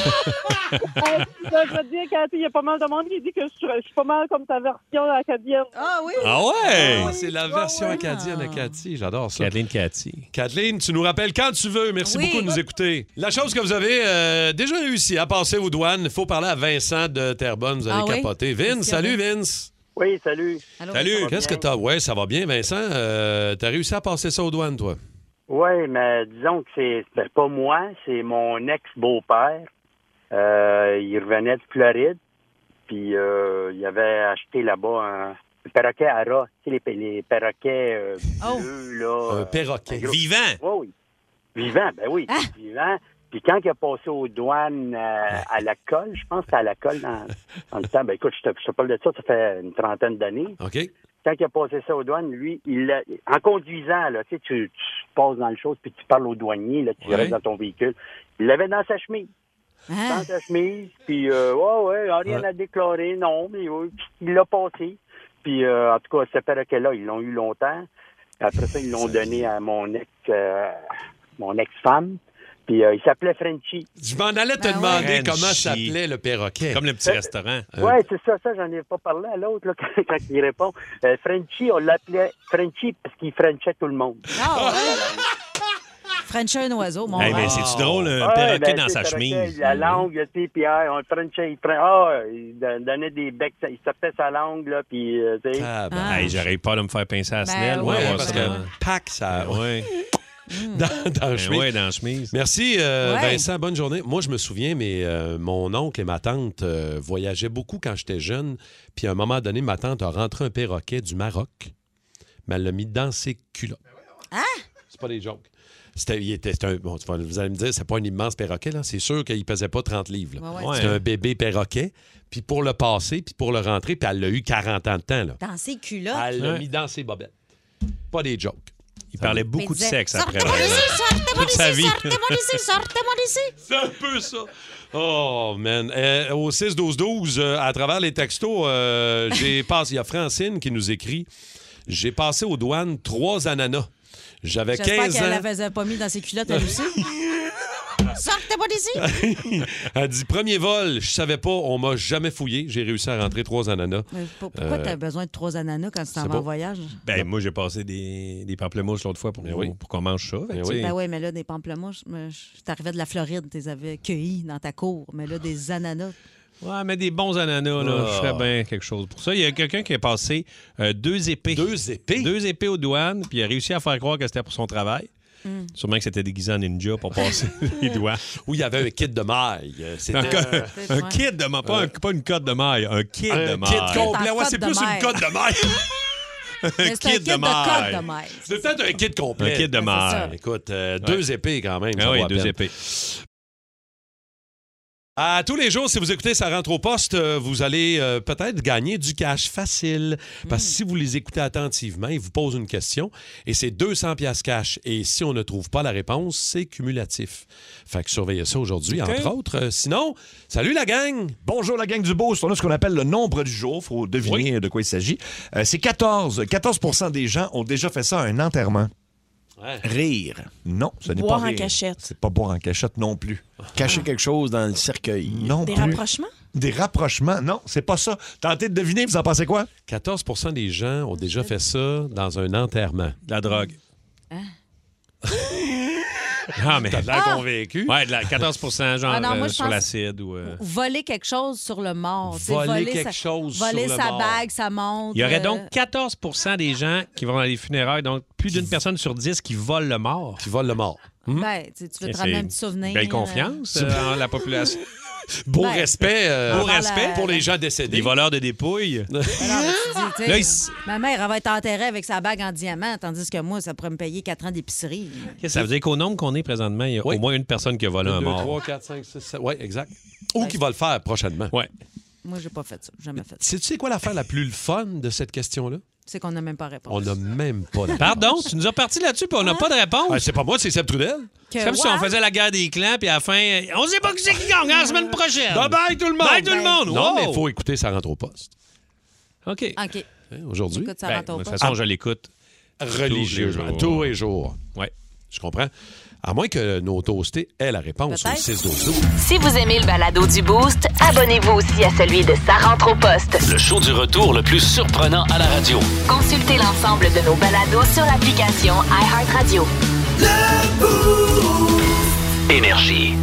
Speaker 18: Je veux te dire, Cathy, il y a pas mal de monde qui dit que je suis pas mal comme ta version acadienne.
Speaker 8: Ah oui?
Speaker 10: Ah ouais?
Speaker 6: C'est la version acadienne de Cathy. J'adore ça.
Speaker 10: Cathy.
Speaker 6: Kathleen, tu nous rappelles quand tu veux. Merci beaucoup de nous écouter. La chose que vous avez déjà réussi à passer aux douanes, il faut parler à Vincent de Terrebonne. Vous allez capoter. Vince, salut Vince.
Speaker 19: Oui, salut.
Speaker 8: Allô,
Speaker 6: salut. Qu'est-ce que t'as? Oui, ça va bien, Vincent. T'as réussi à passer ça aux douanes, toi?
Speaker 19: Oui, mais disons que c'est pas moi, c'est mon ex-beau-père. Il revenait de Floride, puis il avait acheté là-bas un perroquet à rat. Tu sais, les perroquets bleus, là.
Speaker 6: Un perroquet.
Speaker 10: Vivant?
Speaker 19: Oui. Vivant, ben oui, vivant. Puis quand il a passé aux douanes à la colle, je pense que c'était à la colle dans le temps. Ben écoute, je te parle de ça fait une trentaine d'années.
Speaker 6: OK.
Speaker 19: Quand il a passé ça aux douanes, lui, en conduisant, là, tu passes dans le chose, puis tu parles au douanier, là, tu restes dans ton véhicule. Il l'avait dans sa chemise. Sans sa chemise, puis rien à déclarer, non, mais il l'a passé. Puis, en tout cas, ce perroquet-là, ils l'ont eu longtemps. Après ça, ils l'ont donné à mon ex-femme. Puis, il s'appelait Frenchie.
Speaker 6: Je m'en allais te demander comment s'appelait le perroquet.
Speaker 10: Comme le petit restaurant.
Speaker 19: Oui, c'est ça, j'en ai pas parlé à l'autre là, quand il répond. Frenchie, on l'appelait Frenchie parce qu'il frenchait tout le monde.
Speaker 8: Frenchait un oiseau, mon
Speaker 10: mais c'est-tu drôle, un perroquet dans sa chemise?
Speaker 19: La langue, tu sais, puis on le frenchait, il donnait des becs, il sortait sa langue, là, puis, tu sais.
Speaker 10: J'arrive pas de me faire pincer à la snelle.
Speaker 6: Parce que pack, ça... Dans la chemise.
Speaker 10: Oui, dans la chemise.
Speaker 6: Merci, Vincent. Bonne journée. Moi, je me souviens, mais mon oncle et ma tante voyageaient beaucoup quand j'étais jeune. Puis à un moment donné, ma tante a rentré un perroquet du Maroc, mais elle l'a mis dans ses culottes. C'est pas des jokes. Vous allez me dire, c'est pas un immense perroquet, là. C'est sûr qu'il pesait pas 30 livres. C'était un bébé perroquet. Puis pour le passer, puis pour le rentrer, puis elle l'a eu 40 ans de temps. Là.
Speaker 8: Dans ses culottes?
Speaker 6: Elle l'a mis dans ses bobettes. Pas des jokes.
Speaker 10: Il parlait beaucoup de sexe après.
Speaker 8: Sortez-moi d'ici, sortez-moi d'ici.
Speaker 6: C'est un peu ça. Oh, man. Au 6-12-12, à travers les textos, il y a Francine qui nous écrit « J'ai passé aux douanes 3 ananas. J'avais 15 ans. »
Speaker 8: J'espère qu'elle ne l'avait pas mis dans ses culottes, elle aussi. Sortez-moi d'ici!
Speaker 6: Elle dit, premier vol, je savais pas, on m'a jamais fouillé. J'ai réussi à rentrer 3 ananas.
Speaker 8: Mais pourquoi tu as besoin de 3 ananas quand tu t'en vas en voyage?
Speaker 10: Moi, j'ai passé des pamplemousses l'autre fois pour qu'on mange ça.
Speaker 8: Oui, mais là, des pamplemousses, je t'arrivais de la Floride, tu les avais cueillis dans ta cour. Mais là, des ananas...
Speaker 10: Ouais, mais des bons ananas, là, je ferais bien quelque chose pour ça. Il y a quelqu'un qui a passé 2 épées.
Speaker 6: 2 épées?
Speaker 10: 2 épées aux douanes, puis il a réussi à faire croire que c'était pour son travail. Sûrement que c'était déguisé en ninja pour passer les doigts.
Speaker 6: Ou il y avait un kit de maille.
Speaker 10: C'était un kit de maille, pas une cote de maille, un kit de maille.
Speaker 6: Un kit complet, c'est plus une cote de maille.
Speaker 10: Un kit de maille.
Speaker 6: C'est peut-être un kit complet.
Speaker 10: Un kit de maille.
Speaker 6: Écoute, 2 épées quand même.
Speaker 10: Ah oui, 2 épées.
Speaker 6: À tous les jours, si vous écoutez Ça rentre au poste, vous allez peut-être gagner du cash facile. Parce que si vous les écoutez attentivement, ils vous posent une question et c'est 200 piastres cash. Et si on ne trouve pas la réponse, c'est cumulatif. Fait que surveillez ça aujourd'hui, entre autres. Sinon, salut la gang!
Speaker 20: Bonjour la gang du Boost. On a ce qu'on appelle le nombre du jour. Il faut deviner de quoi il s'agit. C'est 14. 14% des gens ont déjà fait ça à un enterrement.
Speaker 6: Ouais.
Speaker 20: Rire. Non, ce n'est pas
Speaker 21: boire
Speaker 20: rire.
Speaker 21: En cachette.
Speaker 20: C'est pas boire en cachette non plus.
Speaker 21: Cacher quelque chose dans le cercueil.
Speaker 20: Non
Speaker 21: Des
Speaker 20: plus.
Speaker 21: rapprochements?
Speaker 20: Des rapprochements? Non, c'est pas ça. Tentez de deviner, vous en pensez quoi?
Speaker 6: 14% des gens ont déjà fait ça dans un enterrement.
Speaker 10: De la drogue. Ah, mais
Speaker 6: t'as l'air convaincu.
Speaker 10: Ouais, 14%, genre
Speaker 8: moi,
Speaker 10: sur l'acide. Ou,
Speaker 8: voler quelque chose sur le mort.
Speaker 6: Voler quelque chose sur le mort.
Speaker 8: Voler sa bague, sa montre.
Speaker 10: Il y aurait donc 14% des gens qui vont dans les funérailles, donc plus d'une personne sur 10 qui volent le mort.
Speaker 6: Qui volent le mort.
Speaker 8: Ben, tu veux te ramener un petit souvenir.
Speaker 10: Belle confiance en la population.
Speaker 6: Beau respect,
Speaker 10: respect
Speaker 6: pour les gens décédés.
Speaker 10: Les voleurs de dépouilles.
Speaker 8: Ma mère, elle va être enterrée avec sa bague en diamant, tandis que moi, ça pourrait me payer 4 ans d'épicerie.
Speaker 10: Ça veut dire qu'au nombre qu'on est présentement, il y a au moins une personne qui a volé un mort.
Speaker 6: 2, 3, 4, 5, 6, 7. Oui, exact. Ou qui va le faire prochainement.
Speaker 10: Ouais.
Speaker 8: Moi, j'ai pas fait ça. Jamais fait ça.
Speaker 6: Sais-tu c'est quoi l'affaire la plus fun de cette question-là?
Speaker 8: C'est qu'on n'a même pas réponse.
Speaker 6: On n'a même pas de réponse.
Speaker 10: Pardon, tu nous as parti là-dessus puis on n'a pas de réponse.
Speaker 6: C'est pas moi, c'est Seb Trudel.
Speaker 10: C'est comme si on faisait la guerre des clans puis à la fin, on sait pas qui c'est qui gagne la semaine prochaine.
Speaker 6: Bye tout le monde.
Speaker 10: Bye tout le monde.
Speaker 6: Non, mais il faut écouter Ça rentre au poste.
Speaker 10: OK.
Speaker 6: Aujourd'hui.
Speaker 8: Écoute, ça rentre au
Speaker 10: de
Speaker 8: poste.
Speaker 10: toute façon, je l'écoute.
Speaker 6: Religieusement. Tous les jours.
Speaker 10: Oui.
Speaker 6: Je comprends. À moins que nos toastés aient la réponse au 6-12-12.
Speaker 4: Si vous aimez le balado du Boost, abonnez-vous aussi à celui de Ça rentre au poste.
Speaker 15: Le show du retour le plus surprenant à la radio.
Speaker 4: Consultez l'ensemble de nos balados sur l'application iHeartRadio.
Speaker 15: Énergie.